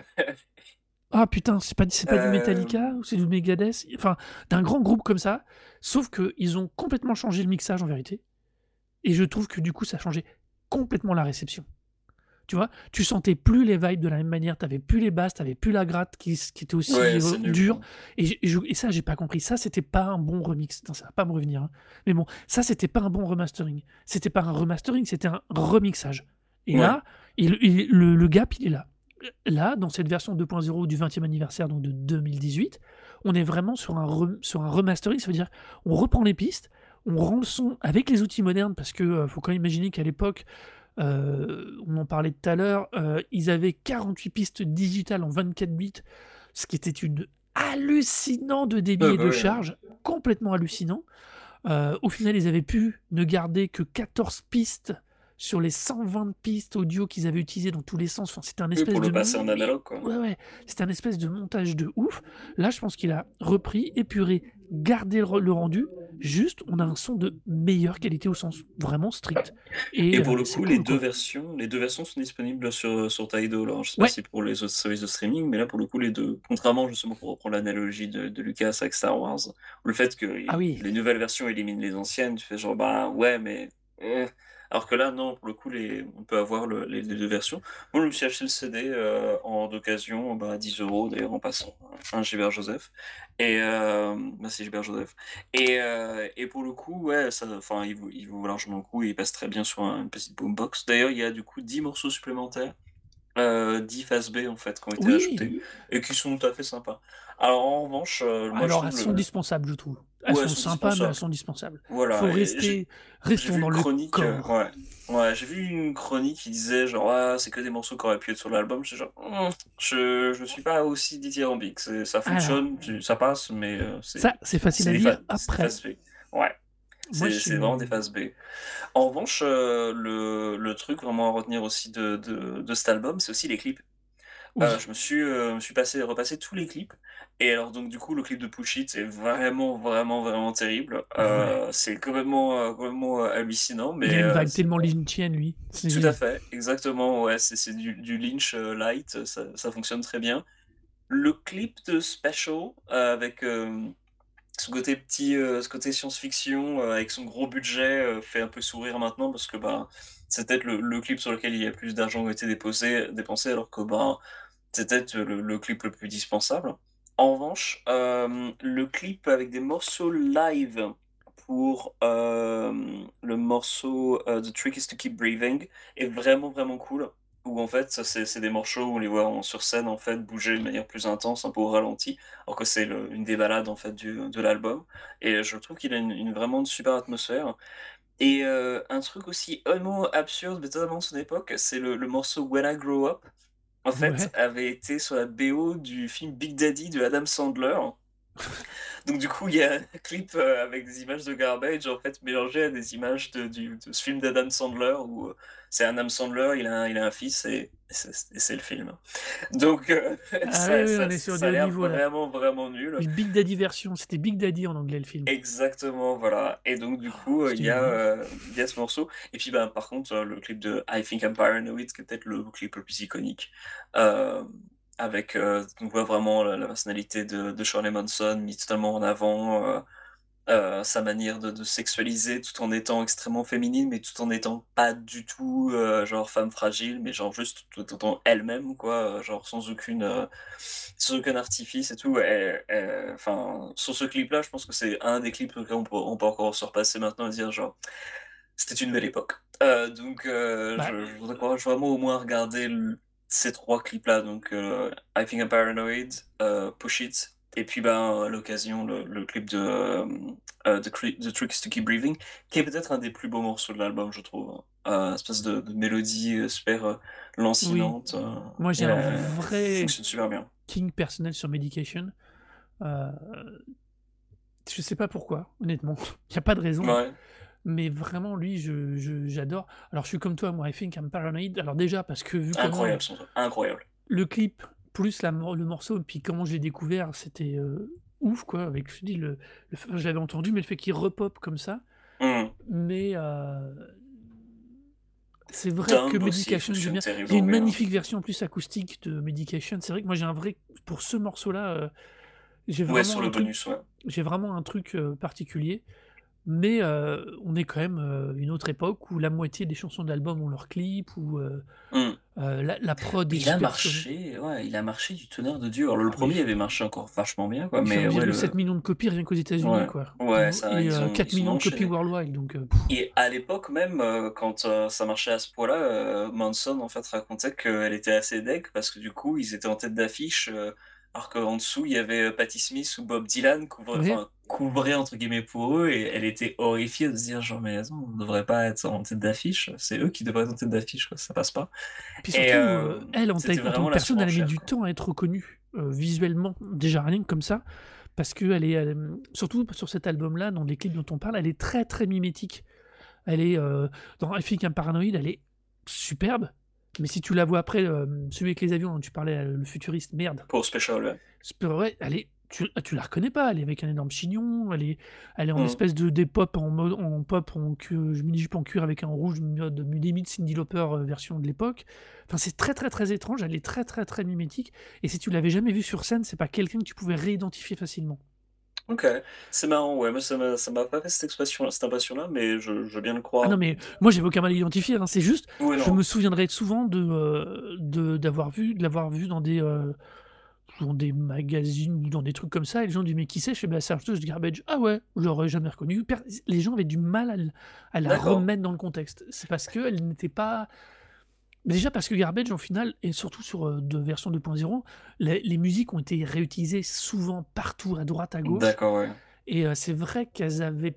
Ah putain, c'est pas c'est pas du Metallica hem, ou c'est du Megadeth? Enfin, d'un grand groupe comme ça, sauf qu'ils ont complètement changé le mixage en vérité et je trouve que du coup ça a changé complètement la réception. Tu vois? Tu sentais plus les vibes de la même manière, tu avais plus les basses, tu avais plus la gratte qui s qui était aussi, ouais, heu, c'est nul, dure quoi. et j'ai et je et ça j'ai pas compris. Ça, c'était pas un bon remix. Attends, ça va pas me revenir, hein, mais bon, ça, c'était pas un bon remastering. C'était pas un remastering, c'était un remixage et Ouais. là, il il le le gap, il est là. Là, dans cette version deux point zéro du vingtième anniversaire, donc de deux mille dix-huit, on est vraiment sur un rem sur un remastering. Ça veut dire, on reprend les pistes, on rend le son avec les outils modernes parce que, heu, faut quand même imaginer qu'à l'époque, Heu, on en parlait tout à l'heure, heu, ils avaient quarante-huit pistes digitales en vingt-quatre bits, ce qui était une hallucinant de débit Ouais, et bah, de oui, hein. charge, complètement hallucinant. Heu, au final, ils avaient pu ne garder que quatorze pistes sur les cent vingt pistes audio qu'ils avaient utilisées dans tous les sens. Enfin, c'était un Oui, espèce pour le de passer en mi analogue, quoi. ouais, ouais, c'était un espèce de montage de ouf. Là, je pense qu'il a repris, épuré, gardé le re le rendu Juste, on a un son de meilleure qualité au sens vraiment strict Et et pour heu, le c'est coup, les cool, deux quoi. versions les deux versions sont disponibles sur, heu, sur Tidal. Alors je sais pas Ouais, si pour les autres services de streaming, mais là, pour le coup, les deux. Contrairement justement, pour reprendre l'analogie de de Lucas avec Star Wars, le fait que ah i oui, les nouvelles versions éliminent les anciennes, tu fais genre: «Bah, ouais, mais mmh». Alors que là, non, pour le coup, les on peut avoir le les les deux versions. Moi, je me suis acheté le C D, heu, en d'occasion, bah, à dix euros d'ailleurs en passant, hein, Gilbert Joseph et hem, merci Gilbert Joseph. Et, heu, et pour le coup, ouais, ça enfin, il vaut il vaut largement le coup et il passe très bien sur un une petite boombox. D'ailleurs, il y a du coup dix morceaux supplémentaires, heu, dix faces B en fait, qui ont été oui! ajoutés et qui sont tout à fait sympas. Alors en revanche, heu, moi je Alors elles trouve sont le dispensables, je trouve. Elles ouais, elles sont sont sympas, mais elles dispensables. sont dispensables. Faut Voilà et j'ai rester j'ai restons vu dans une le chronique, heu, corps. ouais, ouais, j'ai vu une chronique qui disait genre: «Ah, c'est que des morceaux qui auraient pu être sur l'album». J'étais genre: «Mmh, je je suis pas aussi dithyrambique». C'est ça Alors, fonctionne, tu ça passe, mais heu, ça, c'est c'est facile c'est à des fa dire c'est des après. faces B. Ouais, Moi, je c'est c'est vraiment des suis faces B. En revanche, heu, le le truc vraiment à retenir aussi de de de cet album, c'est aussi les clips. Heu, oui, je me suis, heu, me suis passé repassé tous les clips et alors donc du coup, le clip de Push It est vraiment, vraiment, vraiment terrible. ouais. Heu, c'est complètement, heu, complètement, heu, hallucinant Il a mais une heu, vibe c'est tellement lynchienne, lui. tout à C'est fait, exactement, ouais, c'est c'est du du Lynch, heu, light, ça ça fonctionne très bien. Le clip de Special, heu, avec, hem, ce côté petit, heu, ce côté science-fiction, heu, avec son gros budget, heu, fait un peu sourire maintenant parce que, ben, c'est peut-être le le clip sur lequel il y a plus d'argent qui a été déposé dépensé alors que, ben, c'est peut-être le le clip le plus dispensable. En revanche, hem, le clip avec des morceaux live pour, hem, le morceau, heu, The Trick is to Keep Breathing est vraiment, vraiment cool. Où en fait, ça c'est c'est des morceaux où on les voit en sur scène, en fait, bouger de manière plus intense, un peu au ralenti, alors que c'est le une des ballades, en fait, du de l'album et je trouve qu'il a une une vraiment une super atmosphère et heu, un truc aussi hautement absurde, mais totalement de son époque, c'est le le morceau When I Grow Up en fait, ouais. avait été sur la B O du film Big Daddy de Adam Sandler. Donc du coup, il y a un clip, heu, avec des images de Garbage, en fait, mélangées à des images de du de ce film d'Adam Sandler où, heu, c'est Adam Sandler, il a un il a un fils et et c'est et c'est le film. Donc heu, Ah oui, ça oui, ça on est sur ça du a haut l'air niveau là. vraiment, vraiment nul. Oui, Big Daddy version, c'était Big Daddy en anglais le film. Exactement, voilà et donc du coup, heu, il C'était y a, lunaire. heu, il y a ce morceau et puis, ben, par contre, heu, le clip de I Think I'm Paranoid qui est peut-être le clip le plus iconique, hem, avec, heu, on voit vraiment la la personnalité de de Charlie Manson mis totalement en avant, heu heu, sa manière de de sexualiser tout en étant extrêmement féminine, mais tout en étant pas du tout, heu, genre femme fragile, mais genre juste tout tout en elle-même quoi, heu, genre sans aucune, heu, sans aucun artifice et tout. Et et enfin, sur ce clip-là, je pense que c'est un des clips auxquels on peut on peut encore se repasser maintenant et dire genre: «C'était une belle époque». Heu, donc heu, Bah, je je vous encourage vraiment au moins à regarder l ces trois clips-là, donc heu, I Think I'm Paranoid, heu, Push It et puis, ben, à l'occasion, le le clip de, hem, heu, The Cri The Trick is to Keep Breathing, qui est peut-être un des plus beaux morceaux de l'album, je trouve, hein. Heu, espèce de de mélodie, heu, super, heu, oui. lancinante, heu Moi, j'ai et un heu, vrai fonctionne super bien. king personnel sur Medication. Heu, je sais pas pourquoi, honnêtement. Il y a pas de raison, Ouais, mais vraiment lui, je je j'adore. Alors je suis comme toi, moi, I Think I'm Paranoid. Alors déjà parce que vu comment incroyable son truc, incroyable. le clip plus la mor le morceau et puis comment je l'ai découvert, c'était, heu, ouf quoi, avec je te dis le le fait je l'avais entendu, mais le fait qu'il repop comme ça, Mmh. mais heu, c'est vrai que Dumb aussi Medication, j'aime fonctionne bien. Il y a terriblement une bien. magnifique version en plus acoustique de Medication. C'est vrai que moi j'ai un vrai pour ce morceau-là, heu, j'ai Ouais, vraiment sur un le truc bonus, ouais. j'ai vraiment un truc, heu, particulier, mais heu, on est quand même, heu, une autre époque où la moitié des chansons de l'album ont leur clip, où, heu Mmh. heu, la la prod est Il a super sonore. marché, ouais, il a marché du tonnerre de Dieu. Alors le Ah mais premier avait marché encore vachement bien quoi, il fait mais ouais un virgule sept le million de copies rien qu'aux États-Unis, ouais, quoi. ouais, Ou ça et ils heu, ont quatre ils ont millions de copies enchaîné worldwide, donc heu, et à l'époque même, heu, quand, heu, ça marchait à ce point-là, heu, Manson en fait racontait qu'elle était assez deg parce que du coup ils étaient en tête d'affiche, heu, alors qu'en dessous il y avait, heu, Patti Smith ou Bob Dylan couvraient ouais. enfin «couvraient» entre guillemets pour eux et elle était horrifiée de se dire genre: «Mais attends, on devrait pas être en tête d'affiche, c'est eux qui devraient être en tête d'affiche quoi, ça passe pas» Puis et surtout, heu, hem, elle en ta c'était en tant vraiment que la personne, elle a mis surenchère du quoi. temps à être reconnue, heu, visuellement, déjà rien que comme ça, parce qu'elle est, hem, surtout sur cet album-là, dans les clips dont on parle, elle est très, très mimétique. Elle est, heu, dans I Think I'm Paranoid, elle est superbe, mais si tu la vois après, hem, celui avec les avions dont tu parlais, heu, le futuriste, merde, Pour Special, ouais. c'est pas vrai, elle est tu ah, tu la reconnais pas, elle est avec un énorme chignon, elle est elle est en Mmh. espèce de dépop en mode en pop en cu mini-jupe en cuir avec un rouge mode limite Cyndi Lauper, heu, version de l'époque. Enfin, c'est très, très, très étrange, elle est très, très, très mimétique et si tu l'avais jamais vue sur scène, c'est pas quelqu'un que tu pouvais réidentifier facilement. OK, c'est marrant, ouais, moi ça m'a ça m'a pas fait cette expression cette impression-là, mais je je veux bien le Ah non, croire. mais moi, j'avais aucun mal à l'identifier, hein, c'est juste, Oui, je non. me souviendrai souvent de, heu, de d'avoir vu de l'avoir vue dans des, heu, dans des magazines ou dans des trucs comme ça et les gens disent: «Mais qui c'est?» Je fais: «Bah, Serge de Garbage». «Ah ouais?» Je l'aurais jamais reconnu. Per les gens avaient du mal à l à la D'accord. remettre dans le contexte. C'est parce qu'elle n'était pas déjà parce que Garbage, en final et surtout sur, heu, de version deux point zéro, les les musiques ont été réutilisées souvent partout, à droite, à gauche D'accord, ouais. et heu, c'est vrai qu'elles avaient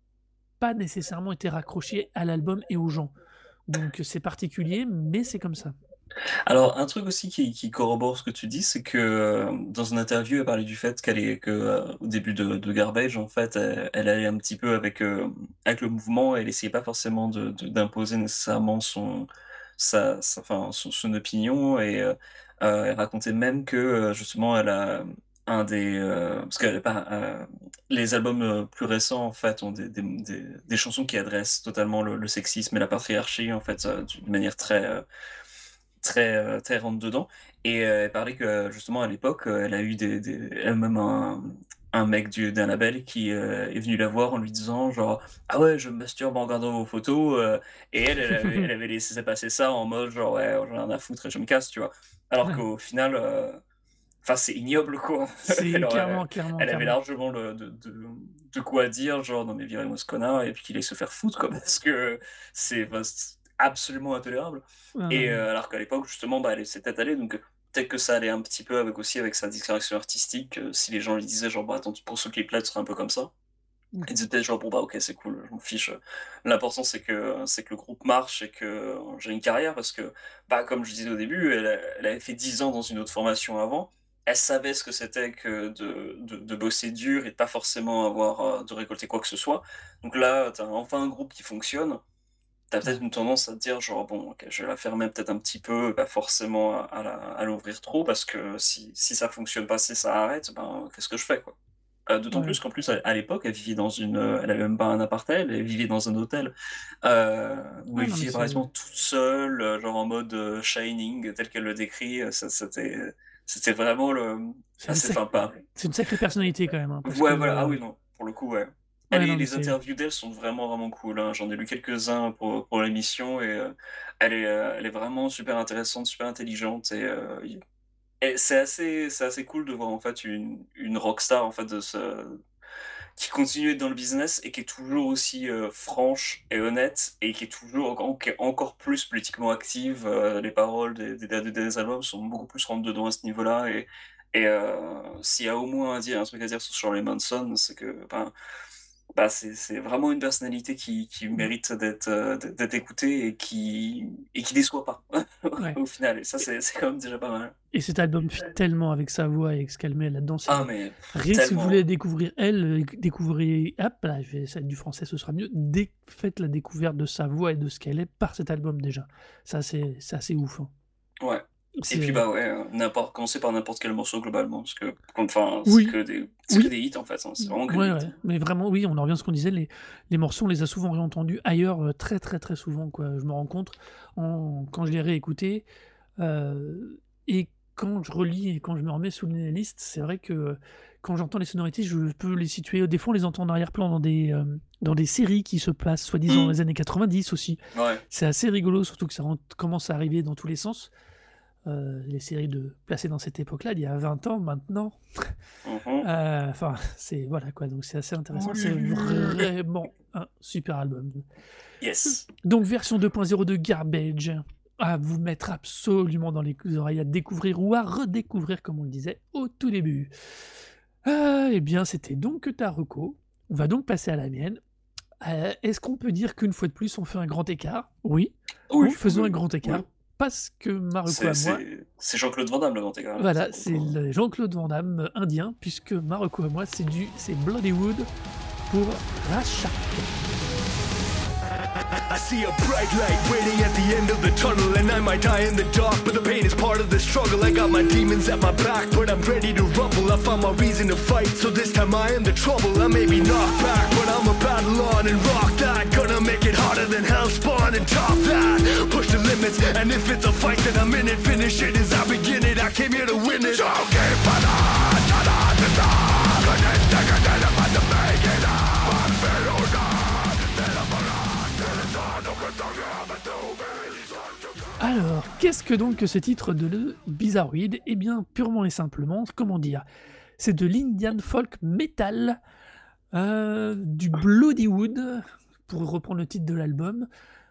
pas nécessairement été raccrochées à l'album et aux gens. Donc c'est particulier, mais c'est comme ça. Alors, un truc aussi qui qui corrobore ce que tu dis, c'est que, hem, dans une interview, elle parlait du fait qu'elle est que, heu, au début de de Garbage, en fait, elle elle allait un petit peu avec, hem, avec le mouvement. Elle essayait pas forcément de de d'imposer nécessairement son sa sa enfin, son son opinion et heu heu, elle racontait même que, heu, justement, elle a un des, heu parce qu'elle est pas, heu, les albums, heu, plus récents, en fait, ont des des des des chansons qui adressent totalement le le sexisme et la patriarchie, en fait, heu, d'une manière très, heu Très, heu, très rentre dedans et heu, elle parlait que justement à l'époque, heu, elle a eu des des elle-même un un mec du d'un label qui, heu, est venu la voir en lui disant genre: «Ah ouais, je me masturbe en regardant vos photos», heu et elle, elle avait elle avait laissé passer ça en mode genre: «Ouais, j'en ai rien à foutre et je me casse», tu vois? Alors Ouais, qu'au final, heu, enfin c'est ignoble quoi. c'est Elle aurait clairement, clairement, elle avait clairement. largement le de de de quoi dire genre: «Non mais virez-moi ce connard» et puis qu'il aille se faire foutre quoi parce que c'est enfin c'est absolument intolérable. Ouais, ouais, Et ouais. heu, alors qu'à l'époque, justement, bah, elle s'est peut-être allée, donc heu, peut-être que ça allait un petit peu avec aussi avec sa direction artistique, heu, si les gens lui disaient genre: «Bah, attends, pour ce clip-là, tu serais un peu comme ça». Mmh. Elle disait peut-être genre: «Bon, bah, OK, c'est cool, je m'en fiche, heu, l'important c'est que c'est que le groupe marche et que euh, j'ai une carrière». Parce que, bah, comme je disais au début, elle a elle avait fait dix ans dans une autre formation avant. Elle savait ce que c'était que de de de bosser dur et de pas forcément avoir, heu, de récolter quoi que ce soit. Donc là, tu as enfin un groupe qui fonctionne. T'as peut-être Ouais, une tendance à te dire genre: «Bon, OK, je vais la fermer peut-être un petit peu, pas forcément à à la à l'ouvrir trop parce que si si ça fonctionne pas, si ça arrête, ben, qu'est-ce que je fais, quoi?» Heu, d'autant ouais. plus qu'en plus à à l'époque, elle vivait dans une, heu, elle avait même pas un appart à elle, elle vivait dans un hôtel, heu, où Ah elle non, mais vivait c'est par exemple toute seule, heu, genre en mode, heu, Shining tel qu'elle le décrit, heu, ça c'était, c'était vraiment le, mmh, c'est une assez sac sympa. c'est une sacrée personnalité quand même, hein, parce que, Ouais, voilà. Ah heu, oui, non, pour le coup, ouais. Ah, ouais, les non, mais les c'est interviews d'elle sont vraiment, vraiment cool, hein. J'en ai lu quelques-uns pour pour l'émission et heu, elle est, heu, elle est vraiment super intéressante, super intelligente et heu, y et c'est assez c'est assez cool de voir, en fait, une une rockstar, en fait, de ce qui continue d'être dans le business et qui est toujours aussi, heu, franche et honnête et qui est toujours en qui est encore plus politiquement active, heu, les paroles des des des des albums sont beaucoup plus rentre dedans à ce niveau-là et et heu, s'il y a au moins à dire un truc à dire sur Charlie Manson, c'est que, ben bah, c'est c'est vraiment une personnalité qui qui mmh, mérite d'être, heu, d'être d'être écoutée et qui et qui déçoit pas, ouais au final et ça, et c'est c'est quand même déjà pas mal. et cet album fit tellement avec sa voix et avec ce qu'elle met là-dedans, Ah c'est mais pff, rien que si vous voulez tellement. découvrir elle, heu, découvrez hop là, je vais ça va être du français, ce sera mieux. Dé Faites la découverte de sa voix et de ce qu'elle est par cet album déjà. Ça, c'est c'est assez ouf, hein. Ouais et puis, C'est bah, ouais, heu, n'importe commencer par n'importe quel morceau globalement parce que enfin, c'est que oui, des c'est que oui. des hits en fait, hein, c'est Mmh, vraiment que des ouais, hits, ouais, hein. mais vraiment, oui, on en revient à ce qu'on disait, les les morceaux, on les a souvent réentendus ailleurs, heu, très, très, très souvent, quoi. Je me rends compte en quand je les réécoutais, heu et quand je relis et quand je me remets sous les listes, c'est vrai que, quand j'entends les sonorités, je peux les situer des fois, on les entend en arrière-plan dans des, hem, dans des séries qui se passent soi-disant dans Mmh. les années quatre-vingt-dix aussi. Ouais. C'est assez rigolo, surtout que ça ren commence à arriver dans tous les sens, heu, les séries de placées dans cette époque-là, d'il y a vingt ans maintenant. Mmh mh. Heu, enfin, c'est voilà quoi, donc c'est assez intéressant. C'est Oui. vraiment un super album. Yes. Donc version deux point zéro de Garbage, à vous mettre absolument dans les oreilles, à découvrir ou à redécouvrir comme on le disait au tout début. Heu et bien, c'était donc ta reco. On va donc passer à la mienne. Heu, est-ce qu'on peut dire qu'une fois de plus, on fait un grand écart? Oui. Bon, Oui, faisons un oui, grand oui. écart parce que ma reco C'est à moi, c'est c'est Jean-Claude Van Damme le grand écart, là, ça voilà, pour le c'est coup, hein. le Jean-Claude Van Damme indien puisque ma reco à moi, c'est du c'est Bloodywood pour Rashak. I see a bright light waiting at the end of the tunnel, and I might die in the dark, but the pain is part of the struggle. I got my demons at my back, but I'm ready to rumble. I found my reason to fight, so this time I am the trouble. I may be knocked back, but I'm a battle on and rock that. Gonna make it harder than hell spawn and top that. Push the limits, and if it's a fight, then I'm in it. Finish it as I begin it, I came here to win it. Alors, qu'est-ce que donc que ce titre de le Bizarroid? Eh bien, purement et simplement, comment dire, c'est de l'Indian folk metal, euh, du Bloodywood, pour reprendre le titre de l'album.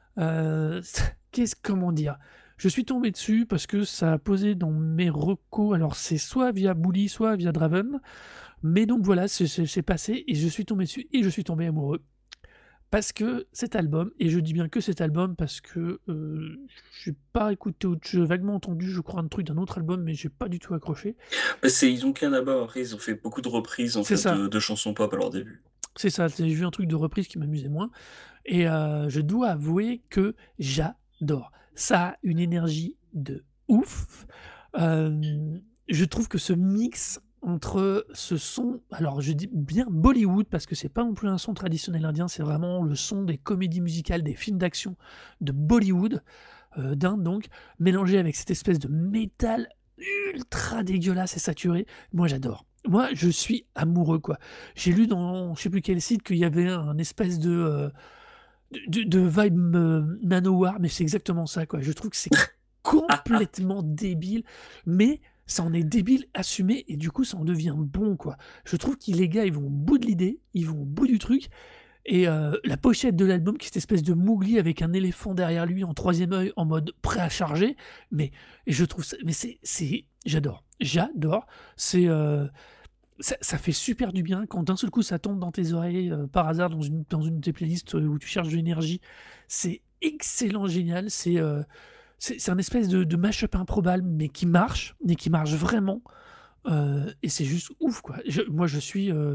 Euh, qu'est-ce comment dire? Je suis tombé dessus parce que ça a posé dans mes recos. Alors, c'est soit via Bully, soit via Draven. Mais donc voilà, c'est, c'est, c'est passé et je suis tombé dessus et je suis tombé amoureux. Parce que cet album, et je dis bien que cet album parce que euh, j'ai pas écouté autre chose, j'ai vaguement entendu, je crois, un truc d'un autre album, mais j'ai pas du tout accroché. Bah, c'est, ils ont qu'un là-bas, après ils ont fait beaucoup de reprises en C'est fait ça, de, de chansons pop à leur début. c'est ça, c'est- j'ai vu un truc de reprise qui m'amusait moins. Et euh, je dois avouer que j'adore. Ça a une énergie de ouf. Euh, je trouve que ce mix entre ce son, alors je dis bien Bollywood parce que c'est pas non plus un son traditionnel indien, c'est vraiment le son des comédies musicales, des films d'action de Bollywood, euh, d'Inde donc, mélangé avec cette espèce de métal ultra dégueulasse et saturé. Moi j'adore. Moi je suis amoureux quoi. J'ai lu dans je sais plus quel site qu'il y avait un espèce de euh, de, de vibe euh, Manowar, mais c'est exactement ça quoi. Je trouve que c'est complètement débile, mais ça en est débile assumé et du coup ça en devient bon quoi. Je trouve que les gars ils vont au bout de l'idée, ils vont au bout du truc et euh, la pochette de l'album qui est cette espèce de Mowgli avec un éléphant derrière lui en troisième œil en mode prêt à charger, mais et je trouve ça, mais c'est c'est j'adore, j'adore, c'est euh, ça, ça fait super du bien quand d'un seul coup ça tombe dans tes oreilles euh, par hasard dans une, dans une de tes playlists euh, où tu cherches de l'énergie. C'est excellent, génial. C'est euh, c'est c'est un espèce de, de mash-up improbable, mais qui marche, mais qui marche vraiment. Euh, et c'est juste ouf, quoi. Je- moi, je suis. euh,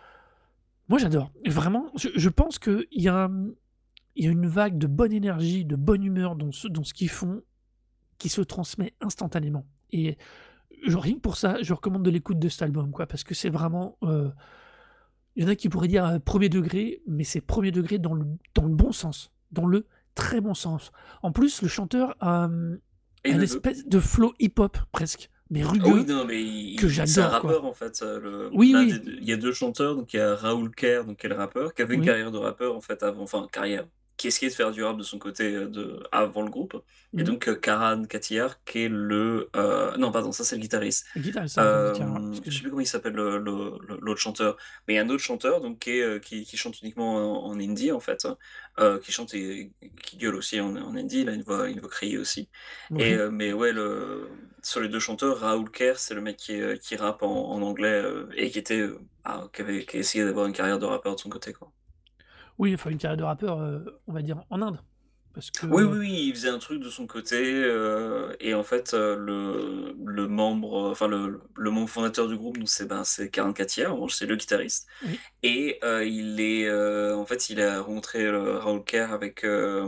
moi, j'adore. Vraiment, je, je pense qu'il y a, un- il y a une vague de bonne énergie, de bonne humeur dans ce, dans ce qu'ils font, qui se transmet instantanément. Et je- rien que pour ça, je recommande de l'écoute de cet album, quoi, parce que c'est vraiment. euh, Il y en a qui pourraient dire euh, premier degré, mais c'est premier degré dans le, dans le bon sens, dans le très bon sens. En plus, le chanteur a euh, Et un le- espèce de flow hip-hop presque, mais Ah oui, rugueux, non, mais il- que c'est un j'adore, quoi. rappeur en fait. euh, Le, Oui, l'un oui, des deux- il y a deux chanteurs, donc il y a Raoul Kerr, donc qui est le rappeur, qui avait une oui. carrière de rappeur en fait avant, enfin carrière, qui essayait de faire du rap de son côté euh, de, avant le groupe. Et Mhm. donc euh, Karan Katiyar, qui est le, euh, non pardon, ça c'est le guitariste. Le guitariste, ça, le guitariste, Euh, je sais excuse-moi. plus comment il s'appelle le- le- le- l'autre chanteur, mais il y a un autre chanteur donc qui, est, euh, qui, qui chante uniquement en, en indie en fait, hein, euh, qui chante et qui gueule aussi en, en indie, il a une voix, une voix criée aussi. Et, Oui. euh, mais ouais, le, sur les deux chanteurs, Raoul Kerr, c'est le mec qui, euh, qui rappe en, en anglais euh, et qui était, euh, ah, qui avait, qui a essayé d'avoir une carrière de rappeur de son côté, quoi. Oui, enfin une carrière de rappeur, euh, on va dire en Inde, parce que Oui, euh, oui, oui, il faisait un truc de son côté euh, et en fait euh, le, le membre, euh, enfin le, le membre fondateur du groupe, donc c'est ben c'est Karan Katia, bon, c'est le guitariste oui, et euh, il est, euh, en fait, il a rencontré euh, Raoul Kerr avec euh,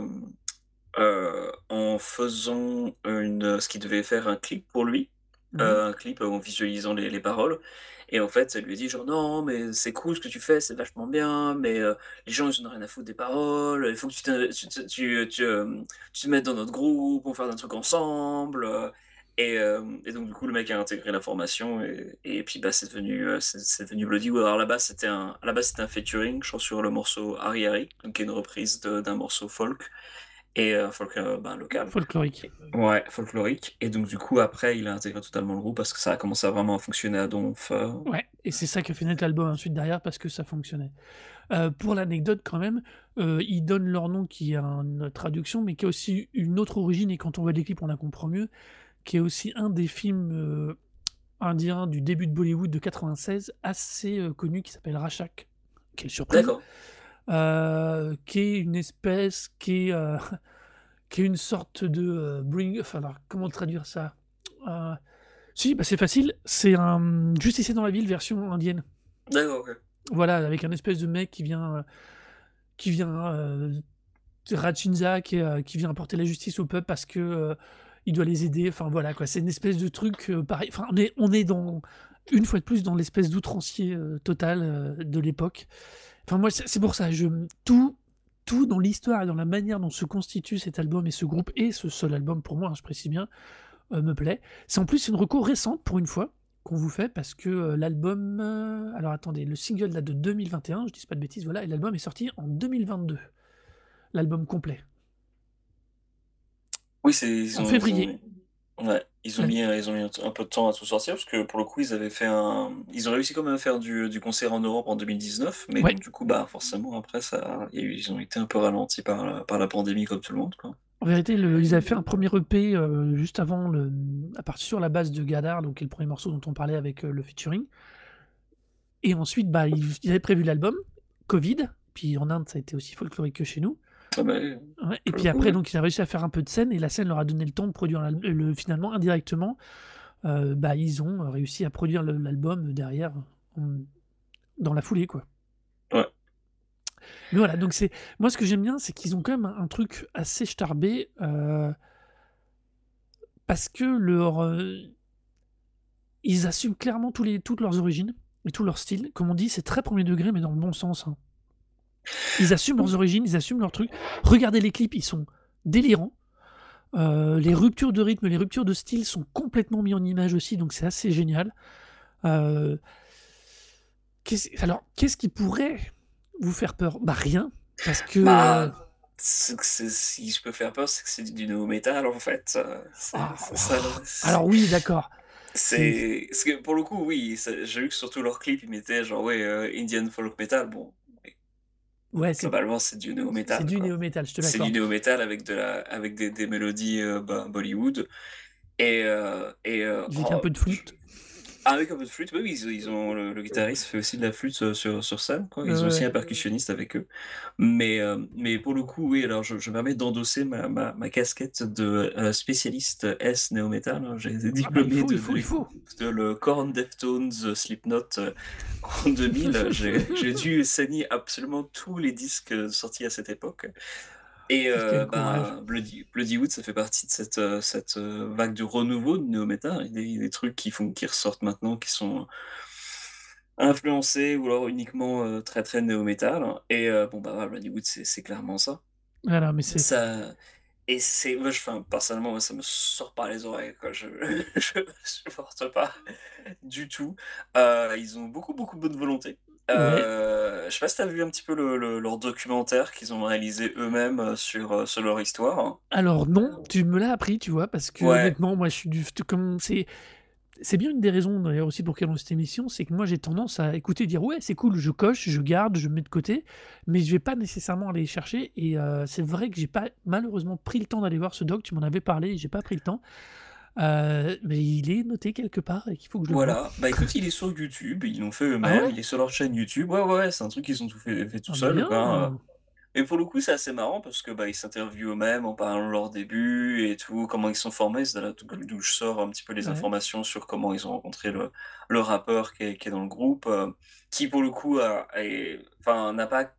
euh, en faisant une, ce qu'il devait faire un clip pour lui. mhm. Euh, un clip en visualisant les, les paroles. Et en fait, elle lui dit genre non, mais c'est cool ce que tu fais, c'est vachement bien, mais euh, les gens ils en ont rien à foutre des paroles, il faut que tu, t'in- tu, tu, tu, tu, euh, tu te mettes dans notre groupe, on va faire un truc ensemble. euh. Et, euh, et donc du coup le mec a intégré la formation et, et puis bah c'est devenu euh, c'est, c'est devenu Bloody Wood. Alors là-bas c'était un à la base c'était un featuring, je crois, sur le morceau Harry Harry, donc qui est une reprise de- d'un morceau folk et euh, folk euh, ben, local. Folklorique. Ouais, folklorique. Et donc, du coup, après, il a intégré totalement le groupe parce que ça a commencé à vraiment fonctionner à Donf. euh. Ouais, et c'est ça qui a fait naître l'album ensuite derrière parce que ça fonctionnait. Euh, pour l'anecdote quand même, euh, ils donnent leur nom qui a une traduction, mais qui a aussi une autre origine, et quand on voit les clips on la comprend mieux, qui est aussi un des films euh, indiens du début de Bollywood de quatre-vingt-seize, assez euh, connu, qui s'appelle Rachak. Quelle surprise! D'accord. Euh, qui est une espèce, qui est, euh, qui est une sorte de euh, bring... Enfin, alors, comment traduire ça? Euh, Si, bah, c'est facile, c'est un justicier dans la ville version indienne. D'accord, ok. Voilà, avec un espèce de mec qui vient, euh, qui vient, euh, Ratchinza qui, est, heu, qui vient apporter la justice au peuple parce que, heu, il doit les aider. Enfin voilà quoi, c'est une espèce de truc, heu, pareil. Enfin on est on est dans une fois de plus dans l'espèce d'outrancier, heu, total, heu, de l'époque. Enfin moi c'est c'est pour ça, je tout tout dans l'histoire et dans la manière dont se constitue cet album et ce groupe et ce seul album pour moi, hein, je précise bien, heu, me plaît. C'est en plus une reco récente pour une fois qu'on vous fait parce que, heu, l'album, heu, alors attendez, le single date de deux mille vingt et un, je dise pas de bêtises, voilà et l'album est sorti en deux mille vingt-deux, l'album complet. Oui, c'est ils En ont ils février. ont ouais, ils ont La mis, heu, ils ont mis un t un peu de temps à tout sortir parce que pour le coup, ils avaient fait un ils ont réussi quand même à faire du du concert en Europe en deux mille dix-neuf, mais ouais, donc du coup, bah, forcément après ça il y a eu ils ont été un peu ralentis par la par la pandémie comme tout le monde, quoi. en vérité, le ils avaient fait un premier E P, heu, juste avant le, mmh, à partir sur la base de Gadar, donc qui est le premier morceau dont on parlait avec, heu, le featuring et ensuite, bah, ils ils avaient prévu l'album, Covid, puis en Inde, ça a été aussi folklorique que chez nous. Ah bah, oui, Ouais et pour le puis coup, après oui. donc ils ont réussi à faire un peu de scène et la scène leur a donné le temps de produire l'al le finalement indirectement, heu, bah, ils ont, heu, réussi à produire le l'album derrière, mmh, dans la foulée, quoi. Ouais. Mais voilà, donc c'est moi ce que j'aime bien, c'est qu'ils ont quand même un un truc assez starbé, heu parce que leur, heu, ils assument clairement tous les toutes leurs origines et tout leur style. Comme on dit, c'est très premier degré, mais dans le bon sens, hein. Ils assument leurs origines, ils assument leurs trucs. Regardez les clips, ils sont délirants. Heu, les ruptures de rythme, les ruptures de style sont complètement mis en image aussi, donc c'est assez génial. Heu, qu'est-ce alors, qu'est-ce qui pourrait vous faire peur? Bah, rien, parce que, heu Bah, c'est que c'est si je peux faire peur, c'est que c'est du néo métal en fait, heu, c'est ah, c'est ça le alors c'est oui, d'accord. C'est c'est parce que pour le coup, oui, c'est j'ai vu que surtout leurs clips, ils mettaient genre, ouais, heu, Indian folk metal, bon, oui, ouais, c'est globalement, c'est du néo c'est métal, du quoi. néo-métal, je te C'est du l'accorde. néo métal avec de la avec des des mélodies, heu, bah, Bollywood et heu et heu, Avec un oh, peu de flûte. avec un peu de flûte, oui, oui, ils ont ils ont le le guitariste fait aussi de la flûte, heu, sur sur scène, quoi. Ouais, Ils ont ouais, aussi ouais. un percussionniste avec eux. Mais, hem, mais pour le coup, oui, alors je je me permets d'endosser ma ma ma casquette de, heu, spécialiste S néo métal, hein. J'ai été Ah bah, il diplômé faut, de il de faut, il l'école faut! de le Korn, Deftones, heu, Slipknot, heu, en deux mille. J'ai j'ai dû saigner absolument tous les disques, heu, sortis à cette époque. Et Quel heu, courage. ben, Bloody Bloodywood, ça fait partie de cette, heu, cette, heu, vague de renouveau de néo métal. Il y a des il y a des trucs qui font qui ressortent maintenant qui sont influencés ou alors uniquement, heu, très, très néo métal et heu, bon, bah, voilà, Bloodywood, c'est c'est clairement ça. Voilà, mais c'est Ça et c'est moi, je enfin, personnellement, moi, ça me sort par les oreilles, quoi. Je je supporte pas du tout. Heu, ils ont beaucoup, beaucoup de bonne volonté. ouais. Heu, je sais pas si tu as vu un petit peu le le leur documentaire qu'ils ont réalisé eux-mêmes, heu, sur, heu, sur leur histoire? Alors non, tu me l'as appris, tu vois? Parce que Ouais, honnêtement, moi, je suis du comme c'est c'est bien une des raisons d'ailleurs aussi pour lesquelles on cette émission, c'est que moi j'ai tendance à écouter et dire: «Ouais, c'est cool», je coche, je garde, je mets de côté, mais je vais pas nécessairement aller chercher et heu, c'est vrai que j'ai pas malheureusement pris le temps d'aller voir ce doc. Tu m'en avais parlé et j'ai pas pris le temps, heu, mais il est noté quelque part et qu'il faut que je le voie. voilà. Bah, écoute, il est sur YouTube, ils l'ont fait Ah ouais? eux-mêmes, il est sur leur chaîne YouTube. Ouais, ouais, ouais, c'est un truc qu'ils ont tout fait fait tout Ah seuls, quoi, bien! et pour le coup, c'est assez marrant parce que, bah, ils s'interviewent eux-mêmes en parlant de leur début et tout, comment ils sont formés. C'est de là d'où d'où je sors un petit peu les Ouais. informations sur comment ils ont rencontré le le rappeur qui est qui est dans le groupe, heu, qui pour le coup a est enfin, n'a pas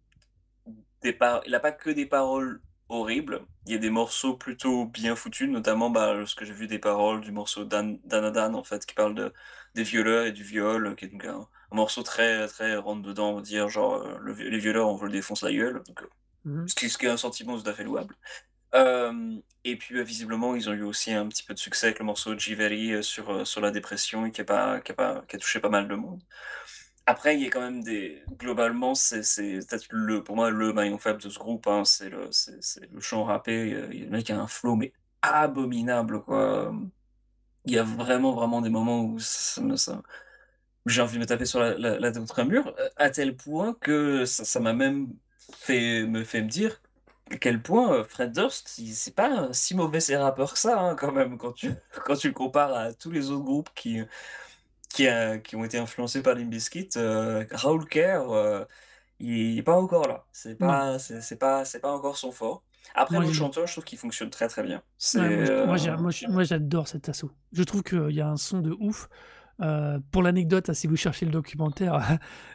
des par il a pas que des paroles horribles. Il y a des morceaux plutôt bien foutus, notamment, bah, ce que j'ai vu des paroles du morceau Dan Danadan, en fait, qui parle de des violeurs et du viol, qui est donc un un morceau très, très rentre dedans, on va dire, genre, heu, le les violeurs, on veut le défonce la gueule, donc Mmh. ce qui ce qui est un sentiment tout à fait louable. Hem et puis, bah, visiblement, ils ont eu aussi un petit peu de succès avec le morceau Jiveri, heu, sur, heu, sur la dépression et qui a pas qui a pas qui a touché pas mal de monde. Après, il y a quand même des globalement, c'est c'est peut-être le pour moi, le maillon faible de ce groupe, hein, c'est le c'est c'est le chant rappé, heu, le mec a un flow, mais abominable, quoi, hem. Il y a vraiment, vraiment des moments où ça me ça où j'ai envie de me taper sur la la la tête contre un mur, heu, à tel point que ça ça m'a même fait me fait me dire à quel point, heu, Fred Durst, il c'est pas un si mauvais ces rappeur que ça, hein, quand même, quand tu quand tu le compares à tous les autres groupes qui, qui, a qui ont été influencés par Limp Bizkit, heu, Raoul Kerr, heu, il est pas encore là. C'est Non, pas c'est c'est pas c'est pas encore son fort. Après moi l'autre j'ai chanteur, je trouve qu'il fonctionne très, très bien. C'est, ouais, moi j heu moi j'ai moi je moi j'adore cet assaut. Je trouve qu'il y a un son de ouf. Heu, pour l'anecdote, ah, si vous cherchez le documentaire,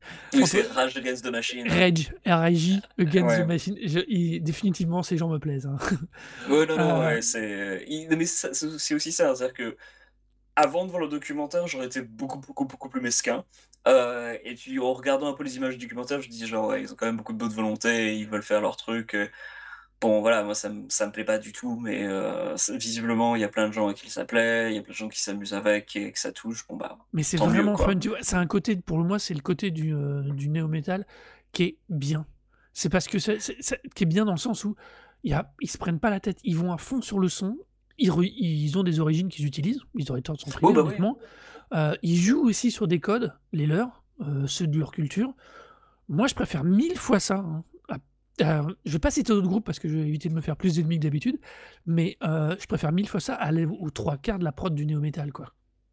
Oui, c'est Franchement, Rage Against the Machine. Rage, R A J Against the Ouais. Machine, je i définitivement ces gens me plaisent, hein. Ouais, non, non, Heu, ouais, c'est il non, mais ça c'est c'est aussi ça, c'est-à-dire qu'avant de voir le documentaire, j'aurais été beaucoup, beaucoup, beaucoup plus mesquin, heu et puis en regardant un peu les images du documentaire, je me dis genre: «Ouais, ils ont quand même beaucoup de bonne volonté, ils veulent faire leur truc», heu. Bon voilà, moi ça me ça me plaît pas du tout, mais heu, c'est visiblement il y a plein de gens à qui ça plaît, il y a plein de gens qui s'amusent avec et que ça touche, bon bah, mais c'est tant mieux vraiment quoi. fun, tu vois? C'est un côté pour moi, c'est le côté du, heu, du néo métal qui est bien. C'est parce que c'est c'est c'est qui est bien dans le sens où il y a ils se prennent pas la tête, ils vont à fond sur le son, ils re ils ont des origines qu'ils utilisent, ils auraient tort de s'en Oh priver bah oui, honnêtement. Heu, ils jouent aussi sur des codes, les leurs, heu, ceux de leur culture. Moi, je préfère mille fois ça, hein, à à je vais pas citer d'autres groupes parce que je vais éviter de me faire plus d'ennemis que d'habitude, mais heu, je préfère mille fois ça à aller aux trois quarts de la prod du néo métal, quoi.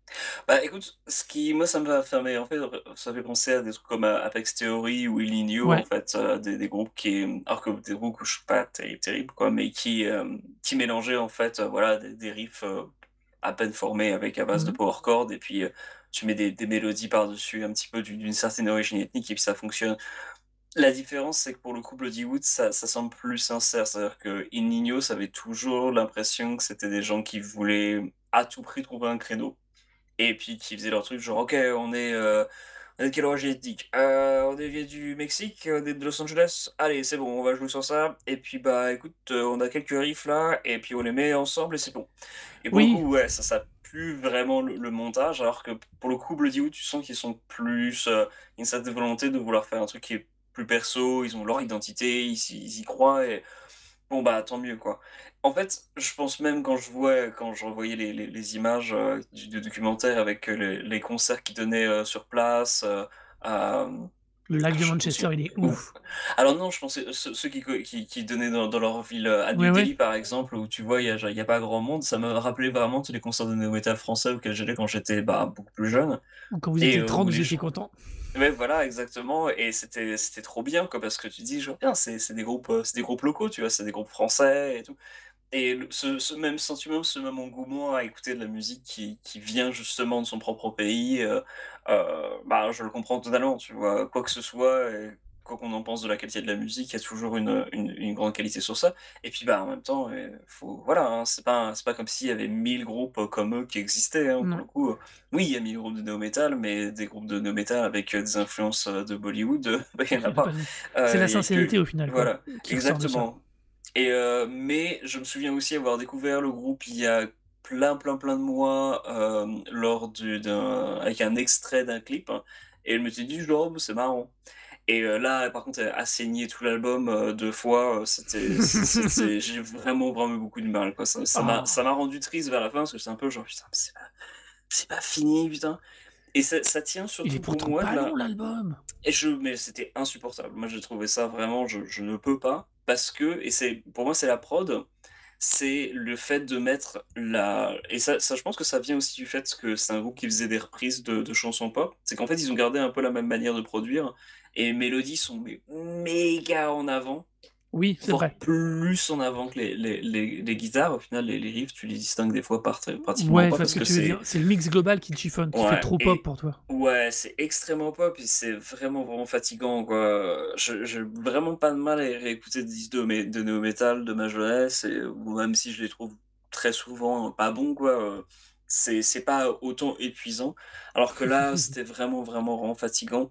bah écoute, ce qui moi ça me va faire mais en fait, heu, ça fait penser à des trucs comme, heu, Apex Theory ou Illenium en Ouais. fait, heu, des des groupes qui, mmh, alors que des groupes que je suis pas terrible, terrible quoi, mais qui, hem, qui mélangeaient en fait, heu, voilà des des riffs, heu, à peine formés avec à base de Mmh. power chord et puis, heu, tu mets des des mélodies par-dessus, un petit peu d'u d'une certaine origine ethnique et puis ça fonctionne. La différence, c'est que pour le coup, Bloodywood, ça ça semble plus sincère. C'est-à-dire que In Nino, ça avait toujours l'impression que c'était des gens qui voulaient à tout prix trouver un créneau et puis qui faisaient leur truc genre: «OK, on est, heu, on est de quelle origine ethnique? Heu, on est vient du Mexique, on est de Los Angeles. Allez, c'est bon, on va jouer sur ça et puis, bah, écoute, heu, on a quelques riffs là et puis on les met ensemble et c'est bon». Et pour le Oui, coup, ouais, ça ça pue vraiment le le montage alors que pour le coup, Bloodywood, tu sens qu'ils sont plus, heu, une certaine volonté de vouloir faire un truc qui est plus perso, ils ont leur identité, ils s'y ils y croient et bon, bah, tant mieux, quoi. En fait, je pense même quand je vois quand je revoyais les les les images, heu, du du documentaire avec, heu, les les concerts qu'ils donnaient, heu, sur place, heu, hem, le live ah, de je me Manchester, souviens il est ou ouf. alors non, je pensais ceux ceux qui co qui qui donnaient dans dans leur ville, heu, à Ouais, New ouais, Delhi, par exemple, où tu vois, il y a genre il y a pas grand monde. Ça me rappelait vraiment tous les concerts de néo métal français auxquels j'allais quand j'étais, bah, beaucoup plus jeune ou quand vous et étiez heu, trente, où vous les étiez gens content. ouais, voilà, exactement et c'était c'était trop bien, quoi, parce que tu dis genre: «Bien, c'est c'est des groupes, heu, c'est des groupes locaux», tu vois? C'est des groupes français et tout et le ce ce même sentiment, ce même engouement à écouter de la musique qui qui vient justement de son propre pays, heu heu, bah, je le comprends totalement, tu vois? Quoi que ce soit et quoi qu'on en pense de la qualité de la musique, il y a toujours une, une une grande qualité sur ça et puis, bah, en même temps, heu, faut voilà, hein, c'est pas c'est pas comme s'il y avait mille groupes, heu, comme eux qui existaient, hein, pour Non, le coup, heu. Oui, il y a mille groupes de néo métal, mais des groupes de néo métal avec, heu, des influences, heu, de Bollywood, heu, bah, il y en il a y en a pas. pas de c'est Heu, la il y a que sincérité au final, quoi, voilà, qui ressort de ça. exactement. Et heu, mais je me souviens aussi avoir découvert le groupe il y a plein, plein, plein de mois, hem, lors du d'un avec un extrait d'un clip et je me suis dit genre: «Oh bah, c'est marrant» et heu, là, par contre, à saigner tout l'album, heu, deux fois, heu, c'était c'est c'est c'est j'ai vraiment, vraiment eu beaucoup de mal, quoi. Ça ça m'a ça Ah, m'a rendu triste vers la fin parce que c'est un peu genre: «Putain, mais c'est pas c'est pas fini, putain» et ça ça tient il est surtout pour pourtant moi de pas long la l'album! et je mais c'était insupportable. Moi, j'ai trouvé ça vraiment je je ne peux pas parce que et c'est pour moi, c'est la prod, c'est le fait de mettre la et ça ça je pense que ça vient aussi du fait que c'est un groupe qui faisait des reprises de de chansons pop. C'est qu'en fait, ils ont gardé un peu la même manière de produire et les mélodies sont mais méga en avant, Oui, c'est voire vrai. plus en avant que les les les les guitares. Au final, les les riffs, tu les distingues des fois par très pratiquement Ouais, je pas vois ce parce que que tu veux c'est dire. C'est le mix global qui te chiffonne, qui fait ouais trop pop et pour toi. ouais, c'est extrêmement pop et c'est vraiment, vraiment fatigant, quoi. Je j'ai vraiment pas de mal à réécouter des disques de mé de néo métal de ma jeunesse et ou même si je les trouve très souvent pas bons, quoi, heu, c'est c'est pas autant épuisant. Alors que là, c'était vraiment, vraiment, vraiment fatigant,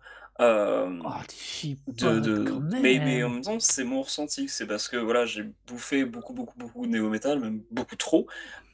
hem Oh, tu de chipotes quand de mais mais en même! même temps, c'est mon ressenti. C'est parce que, voilà, j'ai bouffé beaucoup, beaucoup, beaucoup de néo métal, même beaucoup trop.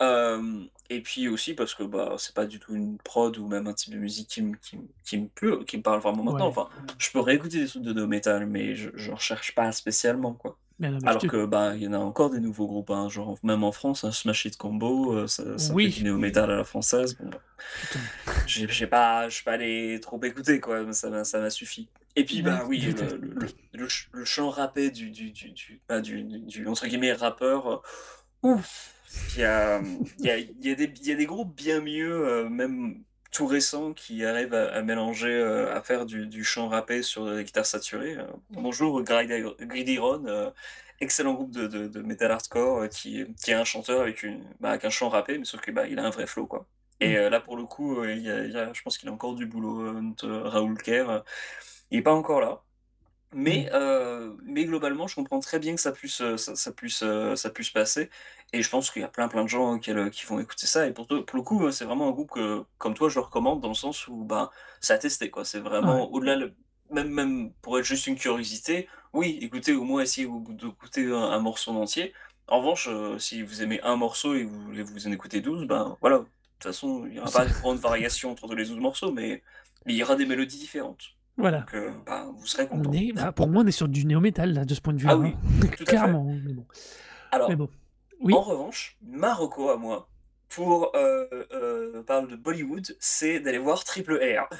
Hem et puis aussi parce que, bah, c'est pas du tout une prod ou même un type de musique qui me qui me qui me peut qui me parle vraiment maintenant. Ouais, Enfin, je peux réécouter des trucs de néo métal, mais je j'en recherche pas spécialement, quoi. mais non, mais je Alors te que, bah, il y en a encore des nouveaux groupes, hein, genre même en France, hein, Smash Hit Combo, heu, ça ça fait du oui, néo métal à la française. Bon, bah putain, j'ai j'ai pas je suis pas allé trop écouter quoi, ça m'a ça m'a suffi. Et puis, ouais, bah, oui, déteste. le le le le ch le chant rappé du du du du bah, du du du entre guillemets «rappeur», heu, ouf! Il y a, mmh, il y a il y a des il y a des groupes bien mieux, heu, même tout récents qui arrivent à à mélanger, heu, à faire du du chant rappé sur des guitares saturées, heu. Bonjour Gridi Greedy Ron, heu, excellent groupe de de de metal hardcore, heu, qui qui a un chanteur avec une bah, avec un chant rappé, mais sauf que, bah, il a un vrai flow, quoi. Et Mmh. heu, là, pour le coup, heu, il y a il y a je pense qu'il a encore du boulot, heu, notre Raoul Kerr, Il est pas encore là. Mmh. Mais, heu, mais globalement, je comprends très bien que ça puisse, heu, ça ça puisse, heu, ça puisse passer et je pense qu'il y a plein, plein de gens auxquels, heu, qui vont écouter ça et pour te pour le coup, heu, c'est vraiment un groupe que, comme toi, je recommande dans le sens où, ben, c'est à tester, quoi. C'est Ouais. vraiment au-delà le même même pour être juste une curiosité, oui, écoutez, au moins essayez au bout de d'écouter un un morceau en entier. En revanche, heu, si vous aimez un morceau et vous voulez vous en écouter douze, ben, voilà. De toute façon, il y aura Ça pas de grande variation entre tous les douze morceaux, mais mais il y aura des mélodies différentes. voilà. Donc, heu, bah, vous serez On content. est bah, pour moi, on est sur du néo métal là, de ce point de Ah vue-là, hein. oui, tout à fait. Clairement, hein, mais bon mais Alors, bon. en Oui? revanche, ma reco à moi, pour, heu heu, parle de Bollywood, c'est d'aller voir Triple R.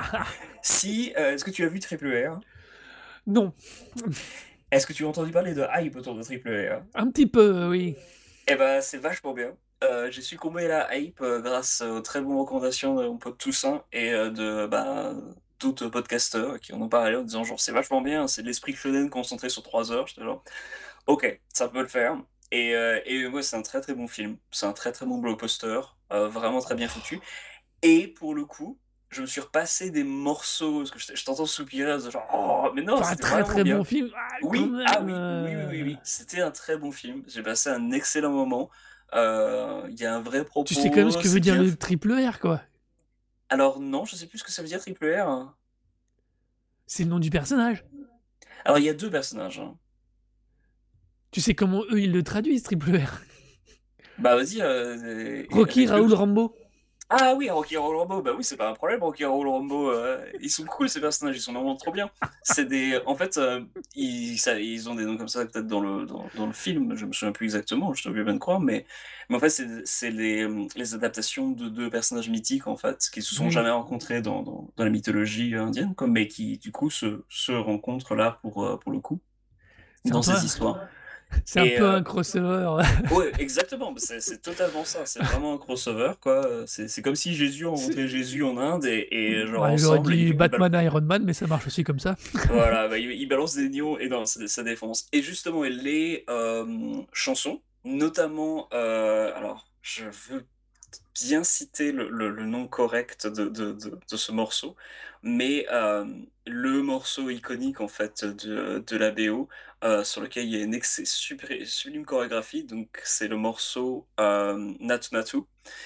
Si, heu, est-ce que tu as vu Triple R? Non. Est-ce que tu as entendu parler de hype autour de Triple R? Un petit peu, oui. Eh bah, c'est vachement bien. Heu, j'ai succombé à la hype, heu, grâce aux très bonnes recommandations de mon pote Toussaint et heu, de, bah, d'autres podcasteurs qui en ont parlé en disant genre: «C'est vachement bien, c'est de l'esprit shonen concentré sur trois heures». J'étais genre: OK, ça peut le faire et heu et ouais, c'est un très, très bon film. C'est un très, très bon blockbuster, heu, vraiment très bien foutu et pour le coup, je me suis repassé des morceaux parce que je je t'entends soupirer en disant genre: «Oh!» mais non, Enfin, un c'était très, vraiment très bon bien. film. Ah, quand Oui, ah même, oui, oui, oui, oui, heu, oui, c'était un très bon film. J'ai passé un excellent moment. Heu, il y a un vrai tu sais quand même ce propos, que veut c'est dire bien le f triple R, quoi. alors non, je sais plus ce que ça veut dire Triple R. C'est le nom du personnage. Alors il y a deux personnages, hein. Tu sais comment eux, ils le traduisent, triple R? Bah vas-y, heu, Rocky, explique. Raoul, Rambo. Ah oui, Rocky Horror Rambo, bah oui, c'est pas un problème, Rocky Horror Rambo, heu, ils sont cool ces personnages, ils sont vraiment trop bien. C'est des en fait, heu, ils ça ils ont des noms comme ça peut-être dans le dans dans le film, je me souviens plus exactement, je te veux bien te croire, mais mais en fait, c'est c'est les, mmh, les adaptations de deux personnages mythiques, en fait, qui se sont Oui, jamais rencontrés dans dans dans la mythologie indienne, quoi, mais qui du coup se se rencontrent là pour, heu, pour le coup, c'est un dans peu ces un histoires c'est un et peu heu un crossover. ouais, exactement, bah, c'est c'est totalement ça, c'est vraiment un crossover, quoi, heu, c'est c'est comme si Jésus C'est rencontrait Jésus en Inde et et genre ouais, j'aurais ensemble, dit ils ils bal Batman, Iron Man, mais ça marche aussi comme ça. voilà, bah, ils ils balancent des nions et non, ça ça défonce et justement et les, hem, chansons, notamment, heu, alors je veux bien citer le le le nom correct de de de de ce morceau, mais hem, le morceau iconique en fait de de la B O, heu, sur lequel il y a une ex supré sublime chorégraphie, donc c'est le morceau, hem, Naatu Naatu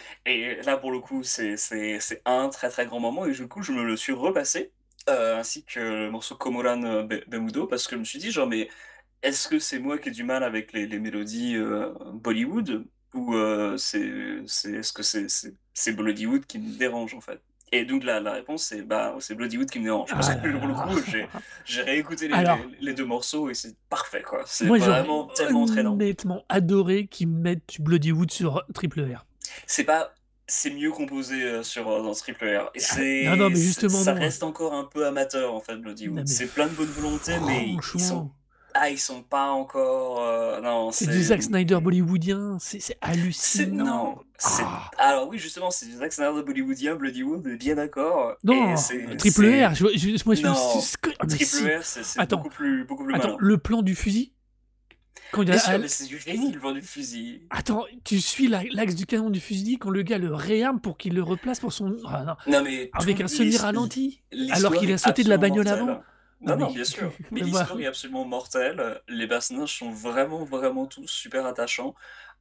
et là pour le coup c'est c'est c'est un très, très grand moment et du coup je me le suis repassé, heu, ainsi que le morceau Komolan, heu, Be Bemudo parce que je me suis dit genre: «Mais est-ce que c'est moi qui ai du mal avec les les mélodies, heu, Bollywood ou heu, c'est c'est est-ce que c'est c'est c'est Bollywood qui me dérange, en fait?» et donc la la réponse c'est, bah, c'est Bollywood qui me dérange parce Ah que pour le là coup, j'ai là. j'ai réécouté les les Alors, les deux morceaux et c'est parfait, quoi. C'est moi, j'aurais vraiment tellement entraînant. honnêtement adoré qu'ils mettent du Bloodywood sur triple R. C'est pas c'est mieux composé, heu, sur, heu, dans Triple R et Ah, non, non, c'est mais c'est justement ça non, hein. reste encore un peu amateur, en fait, Non, Bloodywood. mais C'est plein de bonne volonté, mais ils sont franchement, ah, ils sont pas encore, heu, non, c'est du c'est, Zack mmh Snyder bollywoodien, c'est c'est c'est hallucinant. non, c'est Ah! alors oui, justement, c'est du Zack Snyder bollywoodien, Bloodywood, bien d'accord et Non, c'est triple R, c'est je je moi je me suis non, sc ah mais Triple si! R, c'est c'est Attends, beaucoup plus beaucoup plus attends, malin. le plan du fusil, quand il y Bien a sûr, Al mais c'est du génie, le vent du fusil. attends, tu suis l'a l'axe du canon du fusil quand le gars le réarme pour qu'il le replace pour son ah non, Non, mais avec tout un l'his semi-ralenti, alors l'histoire qu'il a est sauté de la absolument bagnole mortelle. avant. Non Non, mais non, bien sûr, mais mais moi l'histoire est absolument mortelle, les personnages sont vraiment, vraiment tous super attachants.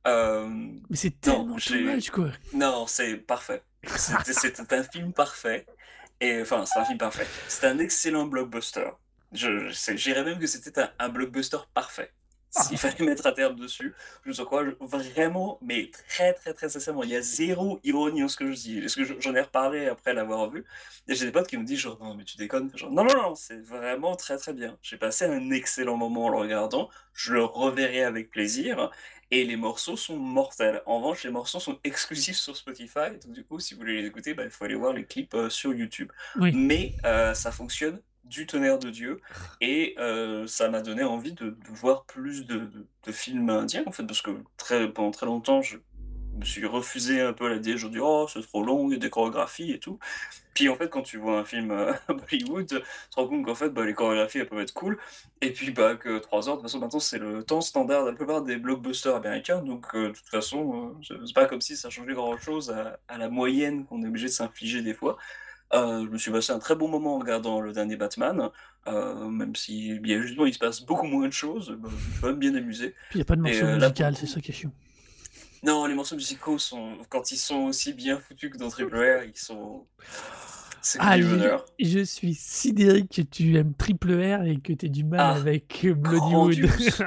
Hem, mais c'est non, tellement too j'ai much, quoi. non, c'est parfait. C'était c'était un film parfait et enfin, c'est un film parfait. C'est un excellent blockbuster. Je c'est je dirais même que c'était un un blockbuster parfait. S'il Ah, fallait mettre un terme dessus, je te crois vraiment, mais très, très, très sincèrement, il y a zéro ironie dans ce que je dis. Parce que je j'en ai reparlé après l'avoir vu et j'ai des potes qui me disent genre: «Non mais tu déconnes», genre: «Non, non, non, c'est vraiment très, très bien». J'ai passé un excellent moment en le regardant, je le reverrai avec plaisir et les morceaux sont mortels. En revanche, les morceaux sont exclusifs sur Spotify, donc du coup, si vous voulez les écouter, bah, il faut aller voir les clips, heu, sur YouTube. oui. Mais heu, ça fonctionne du tonnerre de Dieu et heu, ça m'a donné envie de de voir plus de de de films indiens, en fait, parce que très pendant très longtemps, je me suis refusé un peu à l'idée. Je dis: «Oh, c'est trop long, il y a des chorégraphies et tout». Puis en fait, quand tu vois un film, heu, Bollywood, tu te rends compte qu'en fait, bah, les chorégraphies, elles peuvent être cool et puis, bah, que trois heures, de toute façon, maintenant, c'est le temps standard de la plupart des blockbusters américains donc heu, de toute façon, heu, c'est c'est pas comme si ça changeait grand chose à à la moyenne qu'on est obligé de s'infliger des fois. Heu, je me suis passé un très bon moment en regardant le dernier Batman, heu, même si bien justement il se passe beaucoup moins de choses, bah, je me suis quand même bien amusé Puis il y a pas de et morceau heu, là pour le musical, c'est coup ça qui est chiant. non, les morceaux musicaux sont quand ils sont aussi bien foutus que dans Triple R, ils sont c'est que Ah, du je bonheur. je suis sidéré que tu aimes Triple R et que tu aies du mal Ah, avec, heu, Bloodywood. grandiose,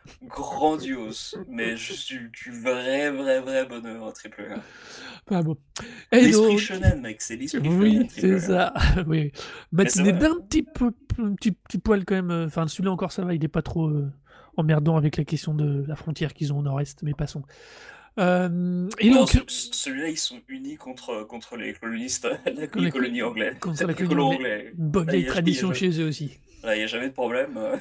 grandiose, mais juste du du vrai, vrai, vrai bonheur, hein, Triple R. Enfin bon et L'esprit donc shonen mec, c'est l'esprit shonen oui, Triple c'est R. ça, oui. Mais c'est Matinée vrai, d'un hein. petit peu un petit petit poil quand même, heu, enfin celui-là encore ça va, il est pas trop, heu, emmerdant avec la question de la frontière qu'ils ont au nord-est, mais passons. Hem et Non, donc ce ce celui-là, ils sont unis contre, contre les colonistes, la qu'on les a co colonies anglais, contre la les colonie colons anglaise, anglais. une bonne Là, il vieille y a il y a tradition ja chez eux aussi. là, il y a jamais de problème, heu,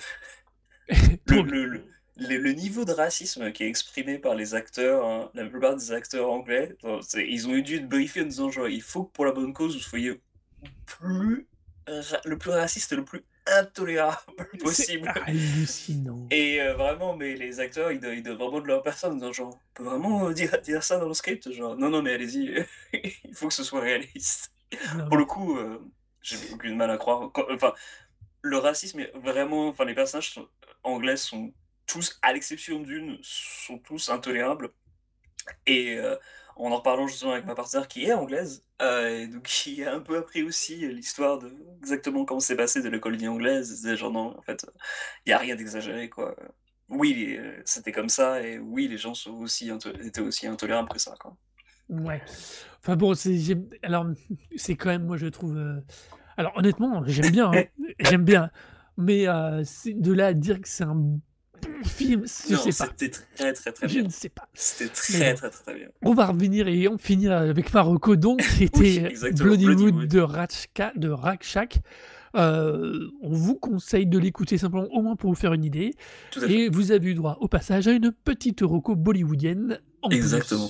le Donc le le le le niveau de racisme qui est exprimé par les acteurs, hein, la plupart des acteurs anglais, genre, c'est ils ont eu dû te briefer en disant genre: «Il faut que pour la bonne cause, vous soyez plus ra le plus raciste et le plus intolérable c'est possible». hallucinant. Et heu, vraiment, mais les acteurs, ils donnent ils donnent vraiment de leur personne en disant genre: «On peut vraiment, heu, dire dire ça dans le script?» genre: «Non, non, mais allez-y, il faut que ce soit réaliste». Non Pour mais le coup, heu, j'ai aucune mal à croire quand enfin, le racisme est vraiment enfin, les personnages sont anglais sont tous, à l'exception d'une, sont tous intolérables et heu, en en reparlant justement avec ma partenaire qui est anglaise, heu et donc qui a un peu appris aussi l'histoire de exactement comment c'est passé de la colonie anglaise, elle disait genre: «Non, en fait, il y a rien d'exagéré, quoi, heu, oui, les, heu, c'était comme ça et oui, les gens sont aussi into étaient aussi intolérables que ça, quoi». ouais. Enfin bon, c'est j'aime alors, c'est quand même moi je trouve, heu alors honnêtement, j'aime bien, hein, j'aime bien, mais heu, c'est de là à dire que c'est un bon film, je Non, sais pas, c'était très, très, très je bien. ne sais pas. C'était Mais très, bon, très, très, très bien. on va revenir et on finit avec ma reco donc qui Oui, était exactement, Bloodywood Bloodywood, de Ratchka de Rakshak. Heu, on vous conseille de l'écouter simplement au moins pour vous faire une idée tout à fait. et vous avez eu droit au passage à une petite reco bollywoodienne en plus. Exactement.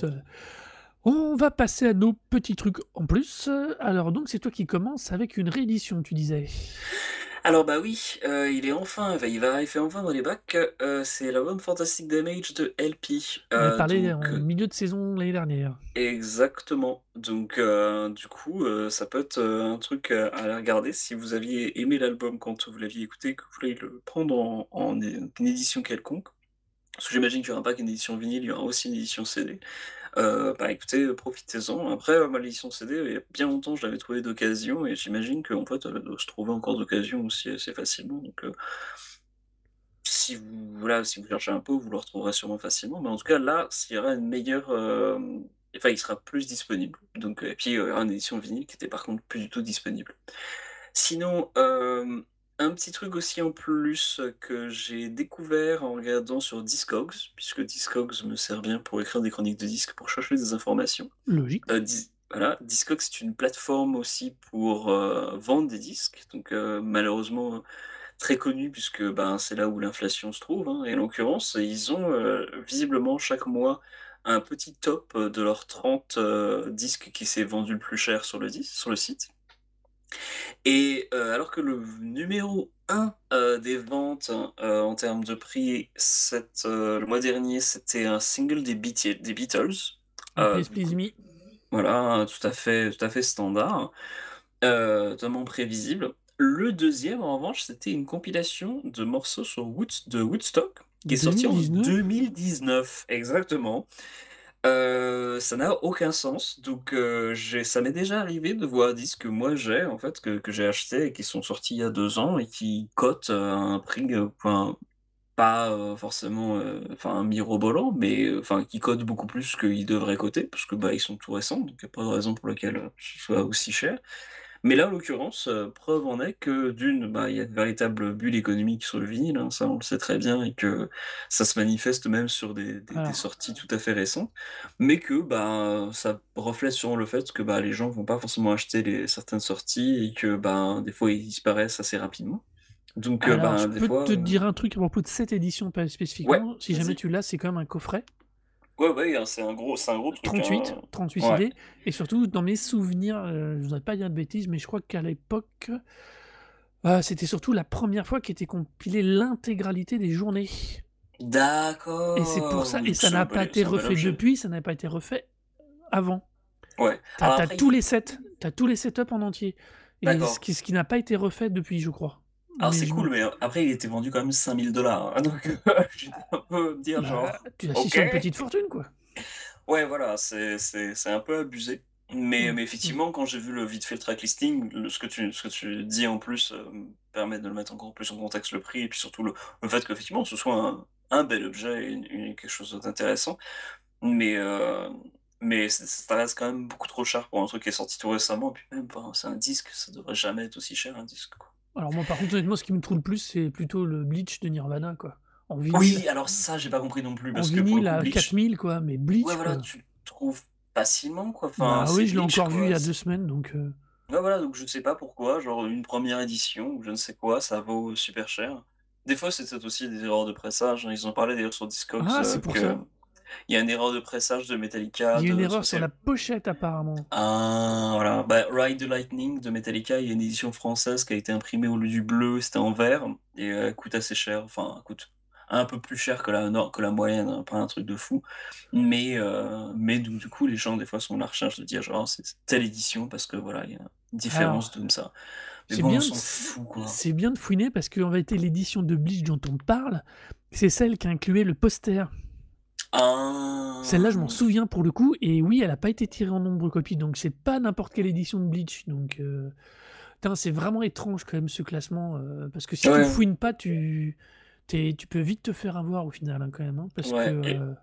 On va passer à nos petits trucs en plus. Alors donc c'est toi qui commences avec une réédition, tu disais? Alors, bah, oui, heu, il est enfin enfin, il va arriver enfin dans les bacs, heu, c'est l'album Fantastic Damage de L P, On avait heu, parlé donc en heu milieu de saison l'année dernière. exactement, donc heu, du coup, heu, ça peut être, heu, un truc, heu, à aller regarder si vous aviez aimé l'album quand vous l'aviez écouté, que vous voulez le prendre en en é une édition quelconque. Parce que j'imagine qu'il y aura pas qu'une édition vinyle, il y aura aussi une édition C D. Heu, bah, écoutez, heu, profitez-en. Après, heu, moi l'édition C D, il y a bien longtemps, je l'avais trouvé d'occasion et j'imagine qu'en fait, elle doit se trouver encore d'occasion aussi assez facilement, donc heu si vous voilà, si vous cherchez un peu, vous le retrouverez sûrement facilement, mais en tout cas là, il y aura une meilleure, hem, enfin il sera plus disponible, donc heu et puis, heu, en édition vinyle qui était par contre plus du tout disponible. Sinon, hem, un petit truc aussi en plus, heu, que j'ai découvert en regardant sur Discogs, puisque Discogs me sert bien pour écrire des chroniques de disques, pour chercher des informations. Heu, Logique. Dis voilà, Discogs c'est une plateforme aussi pour, heu, vendre des disques, donc heu, malheureusement très connu puisque, ben, c'est là où l'inflation se trouve, hein et en l'occurrence, ils ont, heu, visiblement chaque mois un petit top, heu, de leurs trente, heu, disques qui s'est vendu le plus cher sur le dis sur le site et heu, alors que le numéro un, heu, des ventes, heu, en termes de prix cette, heu, le mois dernier, c'était un single des Beatie des Beatles, Un heu, Please donc Please Me. voilà, tout à fait tout à fait standard. Heu, totalement prévisible. Le deuxième en revanche, c'était une compilation de morceaux sur Woods de Woodstock, qui est sorti en deux mille dix-neuf? deux mille dix-neuf, exactement. Heu, ça n'a aucun sens, donc heu, j'ai ça m'est déjà arrivé de voir des disques que moi j'ai, en fait, que que j'ai achetés et qui sont sortis il y a deux ans et qui cotent, heu, à un prix, heu, enfin, pas, heu, forcément, heu, enfin, mirobolant, mais heu, enfin, qui cotent beaucoup plus qu'ils devraient coter parce que, bah, ils sont tout récents, donc il y a pas de raison pour laquelle, heu, ce soit aussi cher. Mais là, en l'occurrence, heu, preuve en est que d'une, bah, il y a une véritable bulle économique sur le vinyle, hein, ça on le sait très bien et que ça se manifeste même sur des des des Alors sorties tout à fait récentes. Mais que, bah, ça reflète sûrement le fait que, bah, les gens vont pas forcément acheter les certaines sorties et que, ben, des fois ils disparaissent assez rapidement. Donc, heu, alors je ben, des peux fois, te heu dire un truc à propos de cette édition pas ouais, spécifiquement, si jamais vas-y. tu l'as, c'est quand même un coffret. Ouais, ouais, hein, c'est un gros c'est un gros truc, trente-huit, hein. trente-huit Ouais. C D et surtout dans mes souvenirs, heu, je voudrais pas dire de bêtises, mais je crois qu'à l'époque, heu, c'était surtout la première fois qu'était compilée l'intégralité des journées et c'est pour D'accord, ça oui, et donc ça c'est un n'a bel pas é été c'est un bel refait objet. depuis, ça n'a pas été refait avant. Ouais. Tu as Alors tu as après, tous il les sets, tu as tous les setups en entier et ce d'accord. qui ce qui n'a pas été refait depuis, je crois. Alors Mais c'est je me cool, mais, heu, après il était vendu quand même cinq mille dollars hein, donc j'étais un peu me dire bah, genre: tu es assis «OK». sur une petite fortune, quoi. Ouais, voilà, c'est c'est c'est un peu abusé. Mais Mmh, mais mmh. effectivement, quand j'ai vu le vite fait le track listing, le ce que tu ce que tu dis en plus, heu, me permet de le mettre encore plus en contexte, le prix et puis surtout le le fait qu'effectivement ce soit un un bel objet et une une quelque chose d'intéressant. Mais heu, mais ç ça reste quand même beaucoup trop cher pour un truc qui est sorti tout récemment, puis même, enfin, c'est un disque, ça devrait jamais être aussi cher un disque, quoi. Alors moi, par contre, honnêtement, ce qui me trouve le plus, c'est plutôt le Bleach de Nirvana, quoi. En vinyle Oui, alors ça, j'ai pas compris non plus en parce que pour le vinyle coup à quatre Bleach, mille quoi, mais ouais, Bleach, voilà, quoi. tu le trouves facilement, quoi, enfin, Bah c'est oui, je l'ai Bleach, encore vu il y quoi, a deux c'est semaines, donc heu, ouais, voilà, donc je sais pas pourquoi, genre une première édition ou je ne sais quoi, ça vaut super cher. Des fois, c'est peut-être aussi des erreurs de pressage, hein. Ils en parlaient d'ailleurs sur Discogs, ah, c'est heu, pour qu'il ça. y a une erreur de pressage de Metallica Il y a une de parce erreur que sur la c'est pochette apparemment. ah voilà, bah, Ride the Lightning de Metallica, il y a une édition française qui a été imprimée au lieu du bleu, c'était en vert et heu, elle coûte assez cher, enfin, coûte un peu plus cher que la nor que la moyenne, hein, pas un truc de fou. Mais heu, mais donc du coup, les gens, des fois, sont à la recherche de dire genre: «C'est c'est telle édition» parce que voilà, il y a une différence Alors, comme ça. Mais c'est bon, on bien de s'en f fout, quoi. c'est bien de fouiner parce qu'en vérité, l'édition de Bleach dont on parle, c'est celle qui incluait le poster. Celle-là, je m'en Ah! souviens pour le coup et oui, elle a pas été tirée en nombre de copies, donc c'est pas n'importe quelle édition de Bleach, donc heu, putain, c'est vraiment étrange quand même ce classement, heu, parce que si tu Ouais, fouines pas, tu tu tu peux vite te faire avoir au final, hein, quand même, hein, parce que, ouais et heu,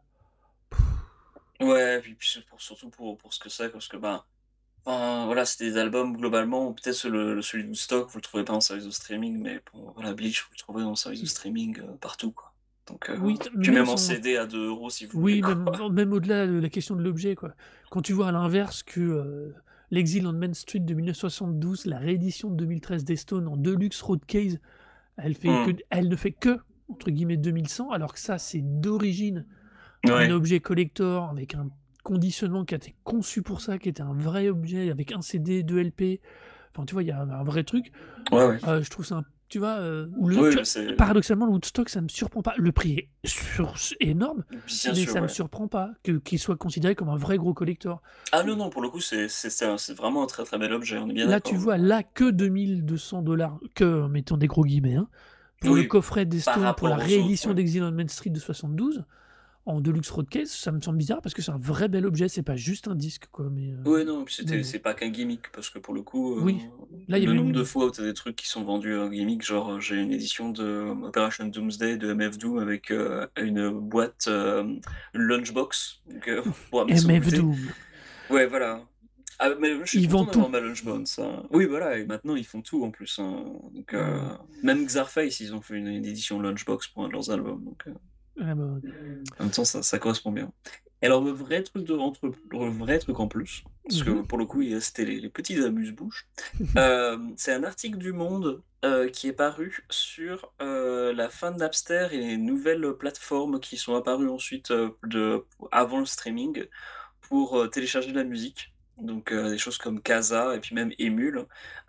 ouais, puis puis c'est pour surtout pour pour ce que c'est, parce que, ben, enfin, voilà, c'est des albums globalement, peut-être le le celui de Woodstock, vous le trouvez pas en service de streaming, mais bon, voilà, Bleach, vous le trouverez en service de mmh, streaming, heu, partout, quoi. Donc heu, oui, t puis même même en sans C D à deux euros si vous voulez, oui, quoi. même bon, même au-delà de la question de l'objet, quoi. Quand tu vois à l'inverse que, heu, l'Exil on Main Street de mille neuf cent soixante-douze, la réédition de deux mille treize des Stones en Deluxe Road Case, elle fait que Mmh. elle ne fait que, entre guillemets, deux mille cent, alors que ça, c'est d'origine un Ouais. objet collector avec un conditionnement qui a été conçu pour ça, qui était un vrai objet avec un C D, deux L P. Enfin, tu vois, il y a un un vrai truc. Ouais, ouais. Heu, je trouve ça un tu vois, heu, ou le Oui, tu mais vois, c'est paradoxalement, le Woodstock, ça me surprend pas. Le prix est sur énorme, bien mais sûr, ça me ouais. surprend pas que qu'il soit considéré comme un vrai gros collector. Ah non, non, pour le coup, c'est c'est c'est un c'est vraiment un très, très bel objet, on est bien Là, tu d'accord, ouais. vois, là, que deux mille deux cents que, mettons des gros guillemets, hein, pour le Oui, coffret des par Stones, pour la rapport aux autres, réédition ouais. d'Exile on Main Street de soixante-douze, en Deluxe Roadcase, ça me semble bizarre parce que c'est un vrai bel objet, c'est pas juste un disque, quoi, mais heu, Ouais, non, puis mais c'était bon. c'est pas qu'un gimmick parce que pour le coup, heu, Oui, là, il y le avait nombre de une fois où tu as des trucs qui sont vendus en gimmick, genre, heu, j'ai une édition de Operation Doomsday de M F Doom avec, heu, une boîte, hem, une lunchbox, donc heu, pour amener son M F goûter. Doom. Ouais, voilà. Ah, mais je suis Ils content vendent tout. d'avoir ma lunchbox, hein. Oui, voilà et maintenant ils font tout en plus, hein, donc Ah heu, bah, même Xarface, ils ont fait une une édition lunchbox pour un de leurs albums, donc heu ah bah, en même temps, ça ça correspond bien. Et alors le vrai truc de entre le vrai truc en plus, parce mmh que pour le coup, il y a c'était les les petits amuse-bouches, hem, c'est un article du Monde, heu, qui est paru sur, heu, la fin de Napster et les nouvelles plateformes qui sont apparues ensuite, heu, de avant le streaming pour, heu, télécharger de la musique. Donc, heu, des choses comme Kazaa et puis même Emule,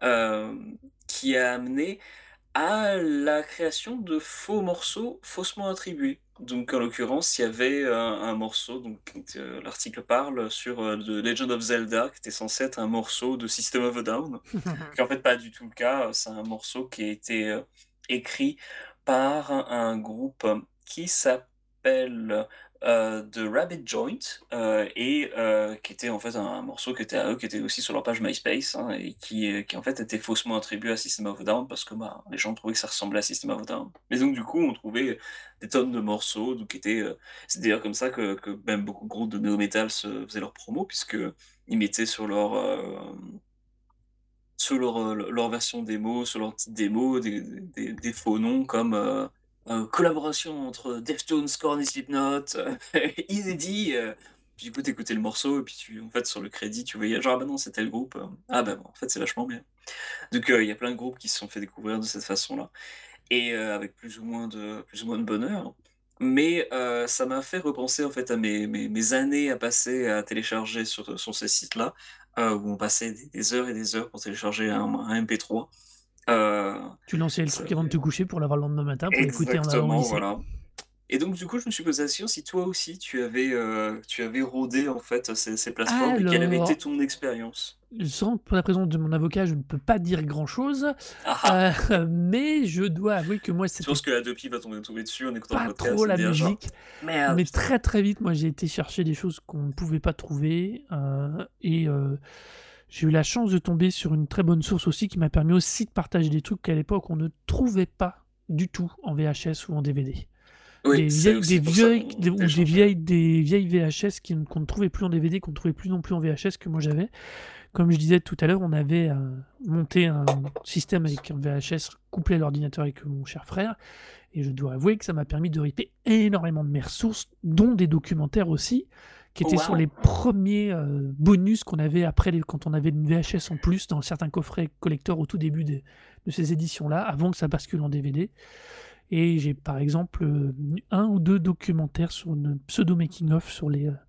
hem, qui a amené à la création de faux morceaux faussement attribués. Donc en l'occurrence, il y avait un un morceau, donc heu, l'article parle sur, heu, The Legend of Zelda, qui était censé être un morceau de System of a Down, qui est en fait pas du tout le cas. C'est un morceau qui a été, heu, écrit par un un groupe qui s'appelle, heu, The Rabbit Joint, heu et heu, qui était en fait un un morceau qui était à eux, qui était aussi sur leur page MySpace, hein et qui, heu, qui en fait était faussement attribué à System of a Down parce que, bah, les gens trouvaient que ça ressemblait à System of a Down. Et donc du coup, on trouvait des tonnes de morceaux donc qui étaient, heu c'est d'ailleurs comme ça que que même beaucoup de groupes de néo metal se faisaient leur promo puisqu'ils mettaient sur leur, hem sur leur, heu, leur version démo, sur leur petite démo, des des des faux noms comme, heu heu, collaboration entre Deftones, Korn et Slipknot, heu, inédit, heu, puis du coup, tu écoutais le morceau et puis tu en fait, sur le crédit, tu voyais genre: «Ah bah non, c'est tel groupe», heu, ah bah, en fait, c'est vachement bien. Donc heu, il y a plein de groupes qui se sont fait découvrir de cette façon-là et heu, avec plus ou moins de plus ou moins de bonheur. Mais heu, ça m'a fait repenser en fait à mes mes mes années à passer à télécharger sur, sur ces sites-là, heu, où on passait des des heures et des heures pour télécharger un un M P trois. Heu, Tu lançais le ça truc avant de te coucher pour l'avoir le lendemain matin pour l'écouter en allant au exactement, lycée. voilà. Et donc du coup, je me suis posé la question si toi aussi tu avais, heu, tu avais rôdé en fait ces ces plateformes et quelle avait été Alors, ton expérience? sans pour la présence de mon avocat, je ne peux pas dire grand-chose, Ah ah! heu, mais je dois avouer que moi, Je c'était pense que Adopi va tomber tomber dessus en écoutant le pas podcast, trop et la dire genre: musique, «Merde, mais putain!» très, très vite, moi, j'ai été chercher des choses qu'on ne pouvait pas trouver, heu et heu, j'ai eu la chance de tomber sur une très bonne source aussi qui m'a permis aussi de partager des trucs qu'à l'époque on ne trouvait pas du tout en V H S ou en D V D. Oui, Des c'est vieilles des aussi pour ça vieilles qu'on des ou des téléchargeait. vieilles des vieilles V H S qui n qu'on ne trouvait plus en D V D, qu'on ne trouvait plus non plus en V H S que moi j'avais. Comme je disais tout à l'heure, on avait, heu, monté un système avec un V H S couplé à l'ordinateur avec mon cher frère et je dois avouer que ça m'a permis de ripper énormément de mes ressources, dont des documentaires aussi, qui Oh étaient sur les waouh! premiers ers bonus qu'on avait après les quand on avait une V H S en plus dans certains coffrets collectors au tout début des de ces éditions-là, avant que ça bascule en D V D et j'ai par exemple, heu, un ou deux documentaires sur une pseudo making of sur les, heu,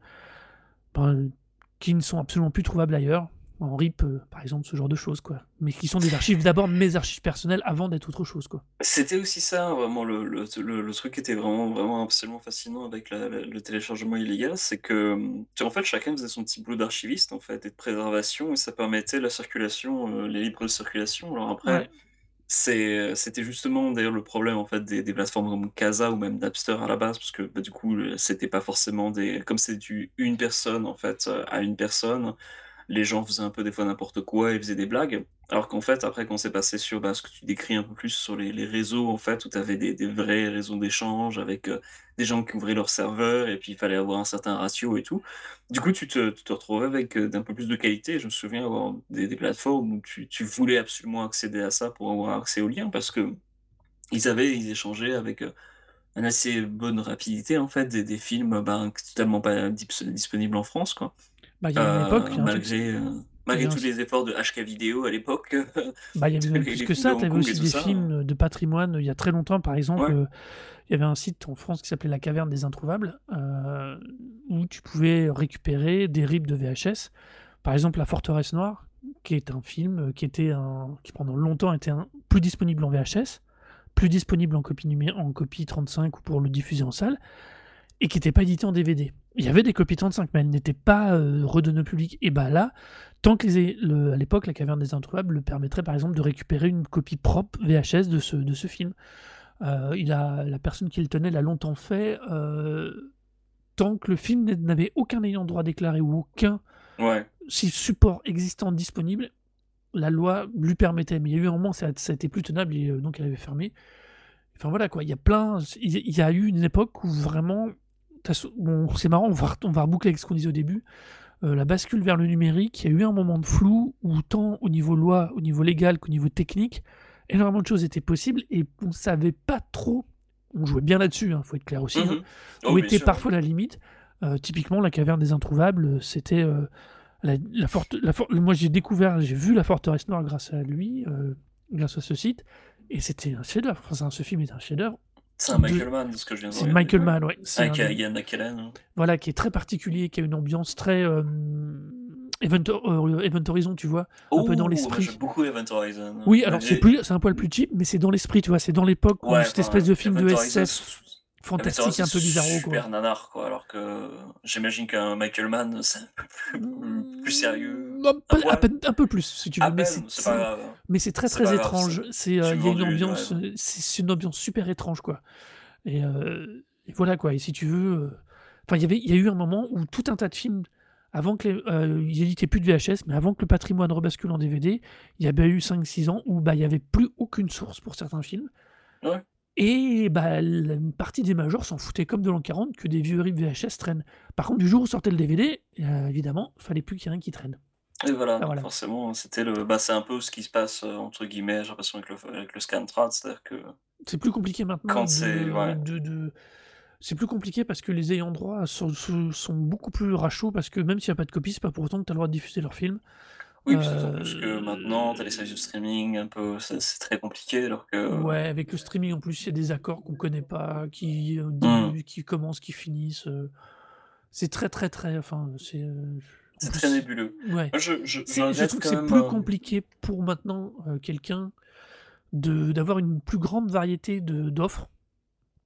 ben, qui ne sont absolument plus trouvables ailleurs, en rip, heu, par exemple, ce genre de choses, quoi. Mais qui sont des archives d'abord mes archives personnelles avant d'être autre chose, quoi. C'était aussi ça, vraiment le le t le le truc qui était vraiment vraiment absolument fascinant avec la la le téléchargement illégal, c'est que, hem, tu en fait, chacun faisait son petit boulot d'archiviste, en fait et de préservation et ça permettait la circulation, heu, les libres circulation. Alors après, Ouais. c'est, heu, c'était justement d'ailleurs le problème, en fait, des des plateformes comme Casa ou même Napster à la base parce que, bah, du coup, heu, c'était pas forcément des comme c'est du une personne, en fait, heu, à une personne, les gens faisaient un peu des fois n'importe quoi et faisaient des blagues. Alors qu'en fait, après quand c'est passé sur, bah, ce que tu décris un peu plus sur les les réseaux, en fait, où tu avais des des vrais réseaux d'échange avec, heu, des gens qui ouvraient leurs serveurs et puis il fallait avoir un certain ratio et tout. Du coup, tu te tu te retrouvais avec, heu, d'un peu plus de qualité. Je me souviens avoir des des plateformes où tu tu voulais absolument accéder à ça pour avoir accès aux liens parce qu'ils avaient ils échangeaient avec, heu, une assez bonne rapidité, en fait, des des films, ben, q totalement pas dips disponibles en France, quoi. Bah, il y a une époque, Heu, il y a un truc, c malgré, heu, il y avait malgré un tous s les efforts de HK Vidéo à l'époque, Bah, il y avait de même les plus les que films de ça, tu Hong avais Kong et aussi tout des ça, heu films, heu, de patrimoine, il y a très longtemps, par exemple, Ouais. heu, il y avait un site en France qui s'appelait La Caverne des Introuvables, heu, où tu pouvais récupérer des rips de V H S. Par exemple, La Forteresse Noire, qui est un film, heu, qui était un qui pendant longtemps était un plus disponible en V H S, plus disponible en copie numé en copie trente-cinq ou pour le diffuser en salle et qui était pas édité en D V D. Il y avait des copies trente-cinq, mais elles n'étaient pas, heu, redonnées au public et bah, là, tant que les é le à l'époque, La Caverne des Introuvables le permettrait, par exemple, de récupérer une copie propre V H S de ce de ce film. Heu, il a la personne qui le tenait l'a longtemps fait, heu, tant que le film n'est n'avait aucun ayant droit déclaré ou aucun Ouais. si support existant disponible, la loi lui permettait. Mais il y a eu un moment, ça a ça a été plus tenable et heu, donc elle avait fermé. Enfin, voilà, quoi, il y a plein c il y a il y a eu une époque où vraiment, de toute façon bon, c'est marrant, on va ret on va reboucler avec ce qu'on disait au début, heu, la bascule vers le numérique, il y a eu un moment de flou où tant au niveau loi, au niveau légal qu'au niveau technique, énormément de choses étaient possibles et on savait pas trop on jouait bien là-dessus, hein, faut être clair Mmh aussi, hein, mh. où Oh, bien était sûr, ouais. parfois la limite. Heu, typiquement, La Caverne des Introuvables, heu, c'était, heu, la la forte la for moi, j'ai découvert j'ai vu La Forteresse Noire grâce à lui, heu, grâce à ce site et c'était un chef-d'œuvre. Enfin, ce film est un chef-d'œuvre C'est un de Michael Mann, de ce que je viens de c'est regarder, Michael ouais. Mann, ouais, c'est un Avec, heu, des Ian McKellen, hein. voilà, qui est très particulier, qui a une ambiance très, hem, Event Ho heu, Event Horizon, tu vois? Un peu dans Oh! Moi, j'aime l'esprit. beaucoup Event Horizon, Oui, alors c'est malgré plus c'est un poil plus cheap, mais c'est dans l'esprit, tu vois? C'est dans l'époque où Ouais, cette espèce enfin, de film de Event Horizon, s SF Event fantastique Horizon, un c'est peu bizarro, quoi. super nanar, quoi, alors que j'imagine qu'un Michael Mann, c'est un peu plus plus sérieux, Mmh, un un peu à poil? peine un peu plus, si tu À veux, mais peine? c'est C'est pas c'est grave, hein. mais c'est très, C'est très pas grave, c'est étrange. C'est, heu, tu il me y a vends une du du ambiance, rêve. heu, c'est c'est une ambiance super étrange, quoi et heu et voilà, quoi et si tu veux, heu, enfin, il y avait il y a eu un moment où tout un tas de films, avant que les heu, ils éditaient plus de V H S, mais avant que le patrimoine rebascule en D V D, il y a bien eu cinq six ans où, bah, il y avait plus aucune source pour certains films Ouais. et bah, la une partie des majors s'en foutaient comme de l'an quarante que des vieux rips V H S traînent. Par contre, du jour où sortait le D V D, heu, évidemment, fallait plus qu'il y ait rien qui traîne. Et voilà, Bah, donc voilà. forcément, c'était le bah, c'est un peu ce qui se passe, heu, entre guillemets, j'ai l'impression avec le f avec le Scantrad, c'est-à-dire que C'est plus compliqué maintenant quand c'est de ouais. de de c'est plus compliqué parce que les ayants droit sont sont sont beaucoup plus rachauds parce que même s'il y a pas de copie, c'est pas pour autant que tu as le droit de diffuser leurs films. Oui, puis d'autant plus que maintenant, tu as les services de Heu streaming un peu, c'est c'est très compliqué alors que Ouais, avec le streaming en plus, il y a des accords qu'on connaît pas, qui au Mmh. début, qui commencent, qui finissent, heu, c'est très, très, très enfin, c'est, heu, en C'est très plus nébuleux. ouais, Moi, je je je c'est je regrette trouve que quand c'est même, plus hem compliqué pour maintenant, heu, quelqu'un de d'avoir une plus grande variété de d'offres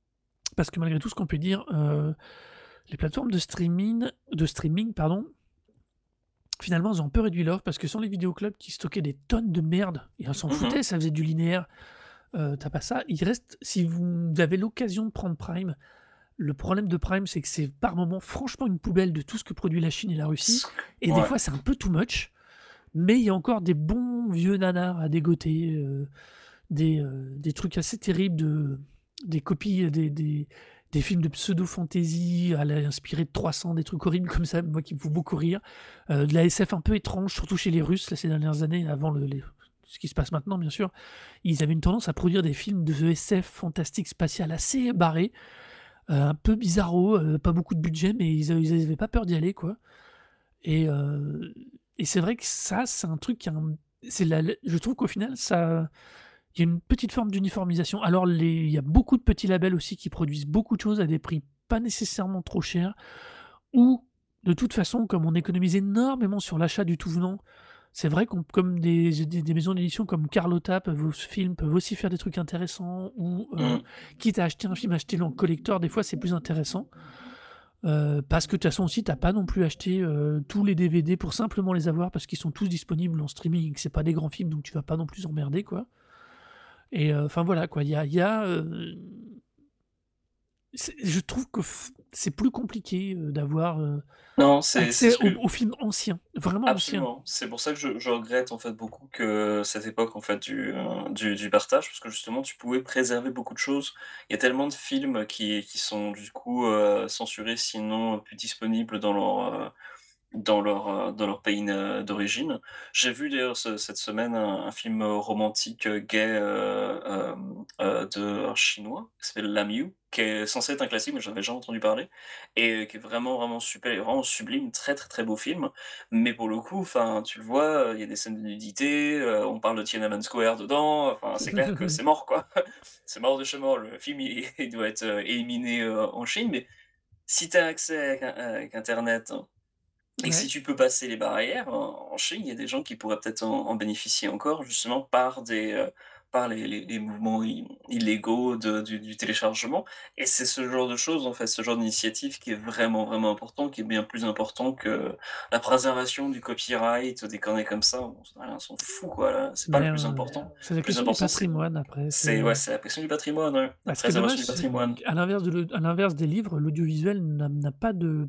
Parce que malgré tout, ce qu'on peut dire, heu, les plateformes de streaming de streaming, pardon, finalement, elles ont un peu réduit l'offre parce que sans les vidéoclubs qui stockaient des tonnes de merde et on s'en Mmh mh. foutait, ça faisait du linéaire, heu, tu pas ça. Il reste si vous avez l'occasion de prendre Prime, le problème de Prime, c'est que c'est par moments franchement une poubelle de tout ce que produit la Chine et la Russie et des Ouais. fois, c'est un peu too much, mais il y a encore des bons vieux nanars à dégoter, heu, des, heu, des trucs assez terribles de des copies, des des des films de pseudo-fantasy à la inspirés de trois cents, des trucs horribles comme ça, moi qui me font beaucoup rire. Heu, de la S F un peu étrange, surtout chez les Russes, là, ces dernières années, avant le les ce qui se passe maintenant, bien sûr. Ils avaient une tendance à produire des films de S F fantastique spatial assez barrés, heu, un peu bizarros, heu, pas beaucoup de budget, mais ils a ils avaient pas peur d'y aller, quoi. Et heu et c'est vrai que ça, c'est un truc qui a un c'est la l je trouve qu'au final, ça il y a une petite forme d'uniformisation. Alors les il y a beaucoup de petits labels aussi qui produisent beaucoup de choses à des prix pas nécessairement trop chers ou de toute façon, comme on économise énormément sur l'achat du tout venant, c'est vrai qu'on comme des des des maisons d'édition comme Carlotta peuvent au film peuvent aussi faire des trucs intéressants ou, heu, Mmh. quitte à acheter un film, acheter-le en collector, des fois c'est plus intéressant. Heu, parce que de toute façon aussi, tu as pas non plus acheté, heu, tous les D V D pour simplement les avoir parce qu'ils sont tous disponibles en streaming et que c'est pas des grands films, donc tu vas pas non plus emmerder, quoi. Et heu, enfin voilà quoi, il y a il y a, heu, c'est je trouve que f c'est plus compliqué, heu, d'avoir, heu, Non, c'est c'est accès ce aux que aux films anciens, vraiment anciens. absolument. C'est pour ça que je je regrette, en fait, beaucoup que cette époque, en fait, du, heu, du du partage, parce que justement, tu pouvais préserver beaucoup de choses. Il y a tellement de films qui qui sont, du coup, heu, censurés, sinon plus disponibles dans leur, heu dans leur, heu, dans leur pays na d'origine. J'ai vu d'ailleurs ce cette semaine un un film, heu, romantique, heu, gay, heu, hem, heu, de un chinois qui s'appelle Lamiu, qui est censé être un classique, mais j'en avais jamais entendu parler et heu, qui est vraiment, vraiment super et vraiment sublime, très, très, très beau film. Mais pour le coup, enfin, tu le vois, heu, il y a des scènes de nudité, heu, on parle de Tiananmen Square dedans, enfin, c'est clair que c'est mort, quoi. C'est mort de chez mort. Le film, il il doit être, heu, éliminé, heu, en Chine, mais si tu as accès avec in avec internet et que si Ouais. tu peux passer les barrières, en en Chine, il y a des gens qui pourraient peut-être en en bénéficier encore justement par des, heu, par les les les mouvements i illégaux de du du téléchargement et c'est ce genre de choses, en fait, ce genre d'initiative qui est vraiment, vraiment important, qui est bien plus important que la préservation du copyright, des conneries comme ça. On s'en on s'en fout, quoi, là, c'est pas le Mais, plus heu, important. c'est la Le plus question du important, c'est patrimoine après, c'est, c'est ouais, heu c'est la question du patrimoine, ouais, la bah, ce qui est préservation dommage, du c'est patrimoine. qu'à l'inverse de le à l'inverse des livres, l'audiovisuel n'a n'a pas de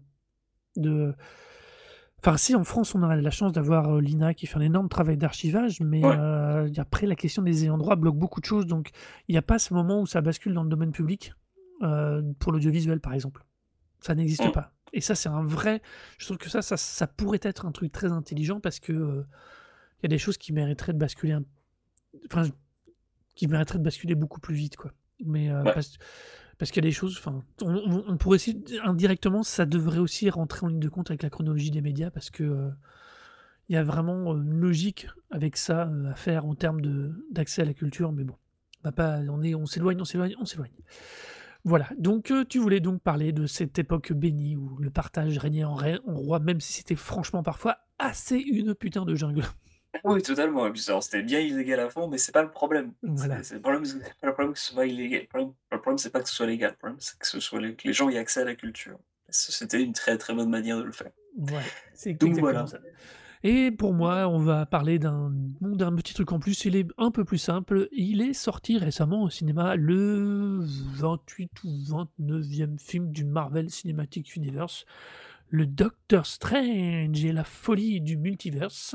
de enfin si, en France, on a la chance d'avoir, heu, l'I N A qui fait un énorme travail d'archivage, mais, Ouais, heu, y après la question des ayants droit bloque beaucoup de choses, donc il y a pas ce moment où ça bascule dans le domaine public, heu, pour l'audiovisuel, par exemple. Ça n'existe mmh, pas et ça, c'est un vrai je trouve que ça ça ça pourrait être un truc très intelligent parce que, heu, il y a des choses qui mériteraient de basculer un enfin, qui mériteraient de basculer beaucoup plus vite, quoi. Mais, heu, ouais, parce parce qu'il y a des choses enfin, on on on pourrait aussi indirectement, ça devrait aussi rentrer en ligne de compte avec la chronologie des médias parce que, heu, il y a vraiment, heu, une logique avec ça, heu, à faire en termes de d'accès à la culture, mais bon, on va pas on est on s'éloigne, on s'éloigne, on s'éloigne. Voilà, donc heu, tu voulais donc parler de cette époque bénie où le partage régnait en rai en roi, même si c'était franchement parfois assez une putain de jungle. oui, totalement et puis alors c'était bien illégal à fond, mais c'est pas le problème. C'est Voilà, c'est le problème, c'est pas le problème que ce soit illégal. Le problème le problème, c'est pas que ce soit légal. Le problème, c'est que ce soit les que les gens aient accès à la culture. Et ça, c'était une très, très bonne manière de le faire. voilà, c'est Donc exactement voilà. ça. Et pour moi, on va parler d'un bon, d'un petit truc en plus, il est un peu plus simple. Il est sorti récemment au cinéma, le vingt-huit ou vingt-neuvième film du Marvel Cinematic Universe, le Doctor Strange et la folie du multiverse.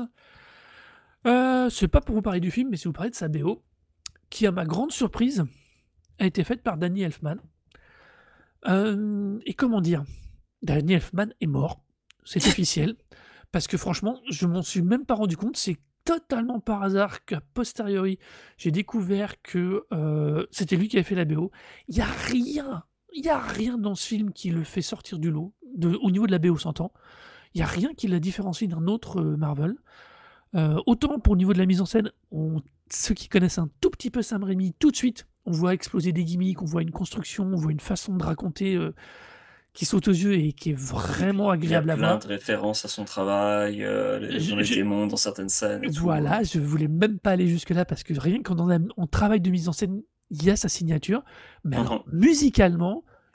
Heu, c'est pas pour vous parler du film, mais c'est vous parler de sa B O, qui à ma grande surprise, a été faite par Danny Elfman. Hem et comment dire? Danny Elfman est mort, c'est officiel. Parce que franchement, je m'en suis même pas rendu compte. C'est totalement par hasard qu'a posteriori, j'ai découvert que, heu, c'était lui qui avait fait la B O. Il y a rien, il y a rien dans ce film qui le fait sortir du lot, de au niveau de la B O s'entend. Il y a rien qui la différencie d'un autre, heu, Marvel. Heu, autant pour le niveau de la mise en scène, on ceux qui connaissent un tout petit peu Sam Raimi, tout de suite, on voit exploser des gimmicks, on voit une construction, on voit une façon de raconter, heu, qui saute aux yeux et qui est Et vraiment puis, il y a agréable à plein voir. de références à son travail, heu, les Je dans les je démons, dans certaines scènes et tout, heu. Voilà, je voulais même pas aller jusque-là parce que rien qu'en en am en travail de mise en scène, il y a sa signature. Mais Mmh alors mh. musicalement,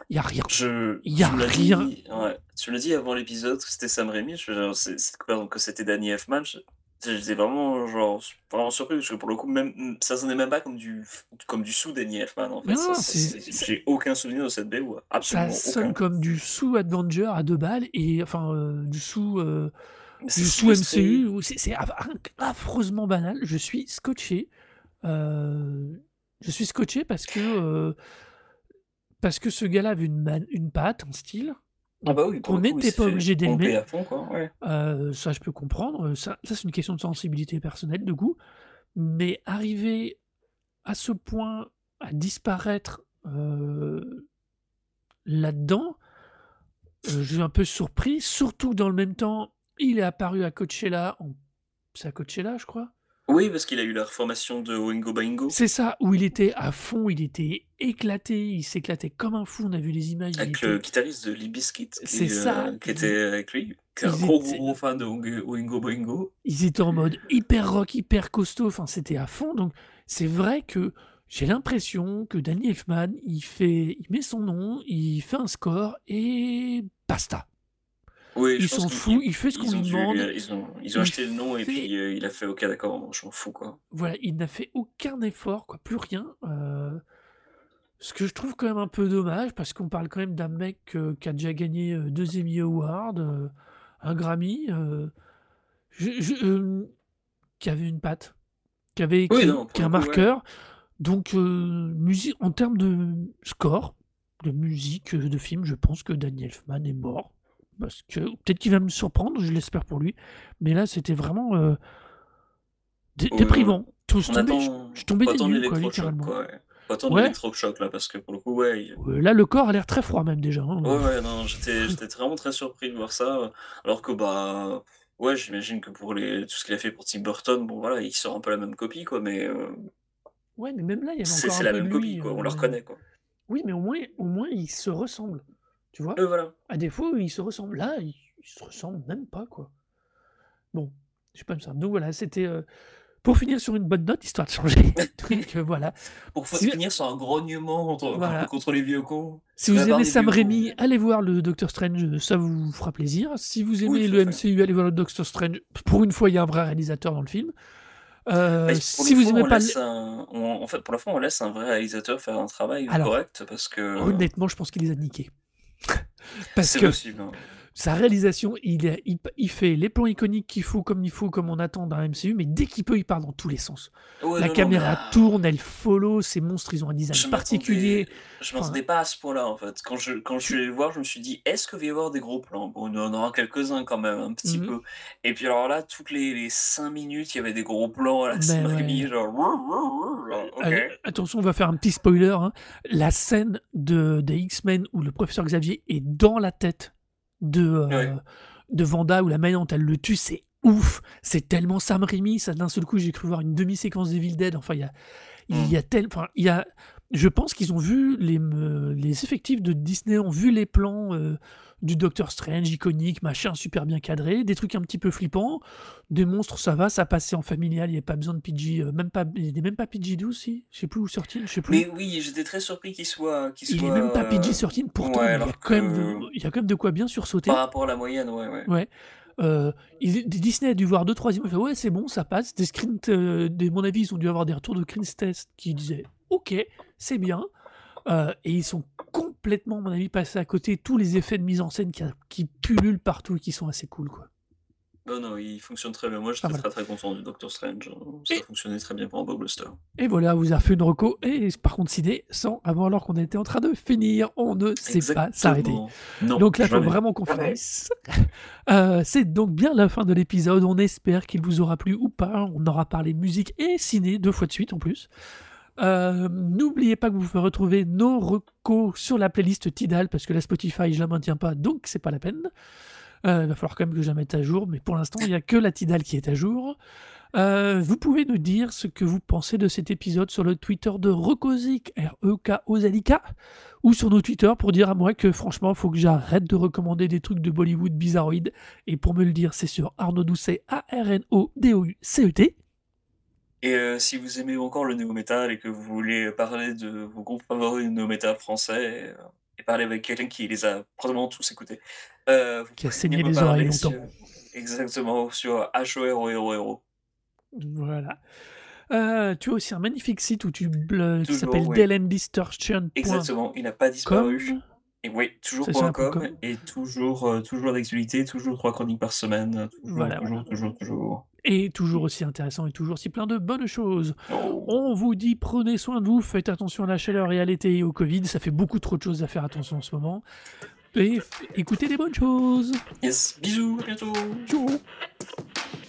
Il y a rien. Je Il y a tu me l'as rien. dit ouais, tu me l'as dit avant l'épisode que c'était Sam Raimi, je fais genre c'est c'est pardon, que c'était Danny Elfman, je j'étais vraiment genre s vraiment surpris parce que pour le coup même mmh, ça sonnait même pas comme du f comme du sous Danny Elfman en Mais fait, non, ça non, ça c'est c'est ça j'ai aucun souvenir de cette B O, ça absolument sonne aucun. comme du sous Avenger à deux balles et enfin, heu, du sous, heu, Mais c'est du sous M C U frustré. ou c'est c'est aff inc affreusement banal. Je suis scotché, heu, je suis scotché parce que, heu, parce que ce gars-là avait une man une patte, un style, Ah bah oui, pour qu'on le coup, il n'était s'est pas fait obligé pomper d'aimer, à fond quoi, ouais. heu, ça je peux comprendre, heu, ça ça c'est une question de sensibilité personnelle, de goût, mais arriver à ce point à disparaître, heu, là-dedans, heu, je suis un peu surpris, surtout que dans le même temps, il est apparu à Coachella en c'est à Coachella, je crois? Oui, parce qu'il a eu la reformation de Oingo Boingo C'est ça, où il était à fond, il était éclaté, il s'éclatait comme un fou, on a vu les images, il avec le était guitariste de Limp Bizkit c'est qui, ça, heu, qui ils était avec lui, qui est un ils gros, gros, étaient gros fan de Oingo Oingo Boingo. ils étaient en mode hyper rock, hyper costaud, enfin c'était à fond, donc c'est vrai que j'ai l'impression que Danny Elfman, il fait il met son nom, il fait un score et basta. Oui, je Il pense s'en qu'ils fout, ils il fait ce qu'on ils ont lui dû lui demande, ils ont ils ont il acheté le nom et fait puis, heu, il a fait: «OK d'accord, je m'en fous quoi». voilà, il n'a fait aucun effort quoi, plus rien, heu, ce que je trouve quand même un peu dommage parce qu'on parle quand même d'un mec, heu, qui a déjà gagné, heu, deux Emmy Awards, heu, un Grammy, heu, je je hem, qui avait une patte, qui avait Oui, qui non, pour qui est le un coup, ouais. marqueur, donc heu, musi en termes de score, de musique, heu, de film, je pense que Danny Elfman est mort parce que peut-être qu'il va me surprendre, je l'espère pour lui, mais là, c'était vraiment, heu Dé Oui, on déprimant. Tout je on tombais je attend je tombais faut des attendre nues quoi, l'électrochoc littéralement. quoi, ouais. Faut attendre Ouais, l'électrochoc là parce que pour le coup, ouais, il heu, là le corps a l'air très froid même déjà, hein, ouais, heu. ouais, non, j'étais j'étais vraiment très surpris de voir ça, heu, alors que, bah, ouais, j'imagine que pour les tout ce qu'il a fait pour Tim Burton, bon voilà, il sort un peu la même copie quoi, mais, heu, Ouais, mais même là, il y avait c'est encore c'est un la peu de même copie lui, quoi, on le heu. reconnaît quoi. Oui, mais au moins au moins ils se ressemblent, tu vois? Oui, voilà. À défaut, ils se ressemblent. Là, ils ils se ressemblent même pas quoi. Bon, je sais pas ça. Donc voilà, c'était, heu, pour finir sur une bonne note, histoire de changer, donc heu, voilà. Pour fa Si finir sur un grognement contre co voilà. contre les vieux cons, Si de vous la part aimez des Sam vieux cons. Raimi, allez voir le Doctor Strange, heu, ça vous fera plaisir. Si vous Oui, aimez tout à le fait. M C U, allez voir le Doctor Strange. Pour une fois, il y a un vrai réalisateur dans le film. Bah, Heu, pour une si vous fois, aimez on pas l laisse un on en fait, pour la fois, on laisse un vrai réalisateur faire un travail alors, correct parce que honnêtement, je pense qu'il les a niqués. Parce c'est que possible, hein. sa réalisation, il est il p il fait les plans iconiques qu'il faut, comme il faut, comme on attend d'un M C U, mais dès qu'il peut, il part dans tous les sens. Ouais, La non, non, mais caméra là, tourne, elle follow, ces monstres, ils ont un design je m'attendais particulier. je Enfin, m'attendais pas à ce point-là, en fait. Quand je quand je suis tu allé le voir, je me suis dit: «Est-ce qu'il va y avoir des gros plans?» Bon, il y en aura quelques-uns quand même, un petit mmh mh, peu et puis alors là, toutes les les cinq minutes, il y avait des gros plans à la mais Sam Raimi, ouais. genre genre: «OK». Heu, attention, on va faire un petit spoiler, hein. La scène de des X-Men où le professeur Xavier est dans la tête de, Ouais. heu, de Wanda, où la manière dont elle le tue, c'est ouf! C'est tellement Sam Raimi, ça d'un seul coup, j'ai cru voir une demi-séquence d'Evil Dead. Enfin, il y a il Mmh. y a tel enfin, il y a je pense qu'ils ont vu les me les effectifs de Disney ont vu les plans, heu, du Docteur Strange iconique, machin, super bien cadré, des trucs un petit peu flippants, des monstres, ça va, ça passait en familial, il y avait pas besoin de P G, heu, même pas il était même pas P G douze si? Je sais plus où sorti, je sais plus. Mais oui, j'étais très surpris qu'il soit qu'il Il est même pas soit, heu P G treize pourtant, ouais, mais il y a alors quand même de que il y a quand même de quoi bien par sursauter. rapport à la moyenne, ouais, ouais. Ouais, heu, ils Disney a dû voir deux trois images, fait: «Ouais, c'est bon, ça passe». Des screens t des mon avis, ils ont dû avoir des retours de screen test qui disaient: «OK, c'est bien». Heu et ils sont complètement, à mon avis, passés à côté tous les effets de mise en scène qui a qui pullulent partout et qui sont assez cool, quoi. Non, non, il fonctionne très bien. Moi, Enfin, j'étais voilà. très, très content du Doctor Strange, hein. Ça Et fonctionnait très bien pour un blockbuster. et voilà, on vous a refait une reco et par contre ciné sans avant alors qu'on était en train de finir. On ne sait pas s'arrêter. Exactement. Non, Donc là, il faut jamais. vraiment qu'on Jamais. finisse. Heu, c'est donc bien la fin de l'épisode. On espère qu'il vous aura plu ou pas. On aura parlé musique et ciné deux fois de suite en plus. Heu, n'oubliez pas que vous pouvez retrouver nos recos sur la playlist Tidal parce que la Spotify, je la maintiens pas, donc c'est pas la peine. Heu, il va falloir quand même que je la mette à jour, mais pour l'instant, il y a que la Tidal qui est à jour. Heu, vous pouvez nous dire ce que vous pensez de cet épisode sur le Twitter de Rekozik, R E K O Z I K, ou sur nos Twitter pour dire à moi que franchement, il faut que j'arrête de recommander des trucs de Bollywood bizarroïdes. Et pour me le dire, c'est sur Arnaud Doucet, A R N O D O U C E T. Et heu, si vous aimez encore le néo-métal et que vous voulez parler de vos groupes favoris de néo-métal français, heu, et parler avec quelqu'un qui les a probablement tous écoutés. Heu, vous Qui a pouvez venir saigné me les oreilles parler longtemps. sur exactement, sur H O R O R O R O. Voilà. Heu, tu as aussi un magnifique site où tu bl qui Toujours, s'appelle oui. dell and distortion point Exactement, il n'a pas disparu. com. Et oui, toujours C'est ça, point point .com .com. et toujours, heu, toujours d'actualité, toujours trois chroniques par semaine, toujours, Voilà, toujours, voilà. toujours, toujours. Et toujours aussi intéressant et toujours aussi plein de bonnes choses. Oh! On vous dit prenez soin de vous, faites attention à la chaleur et à l'été et au Covid, ça fait beaucoup trop de choses à faire attention en ce moment. Et f écoutez des bonnes choses. Yes, bisous, à bientôt! Tchau.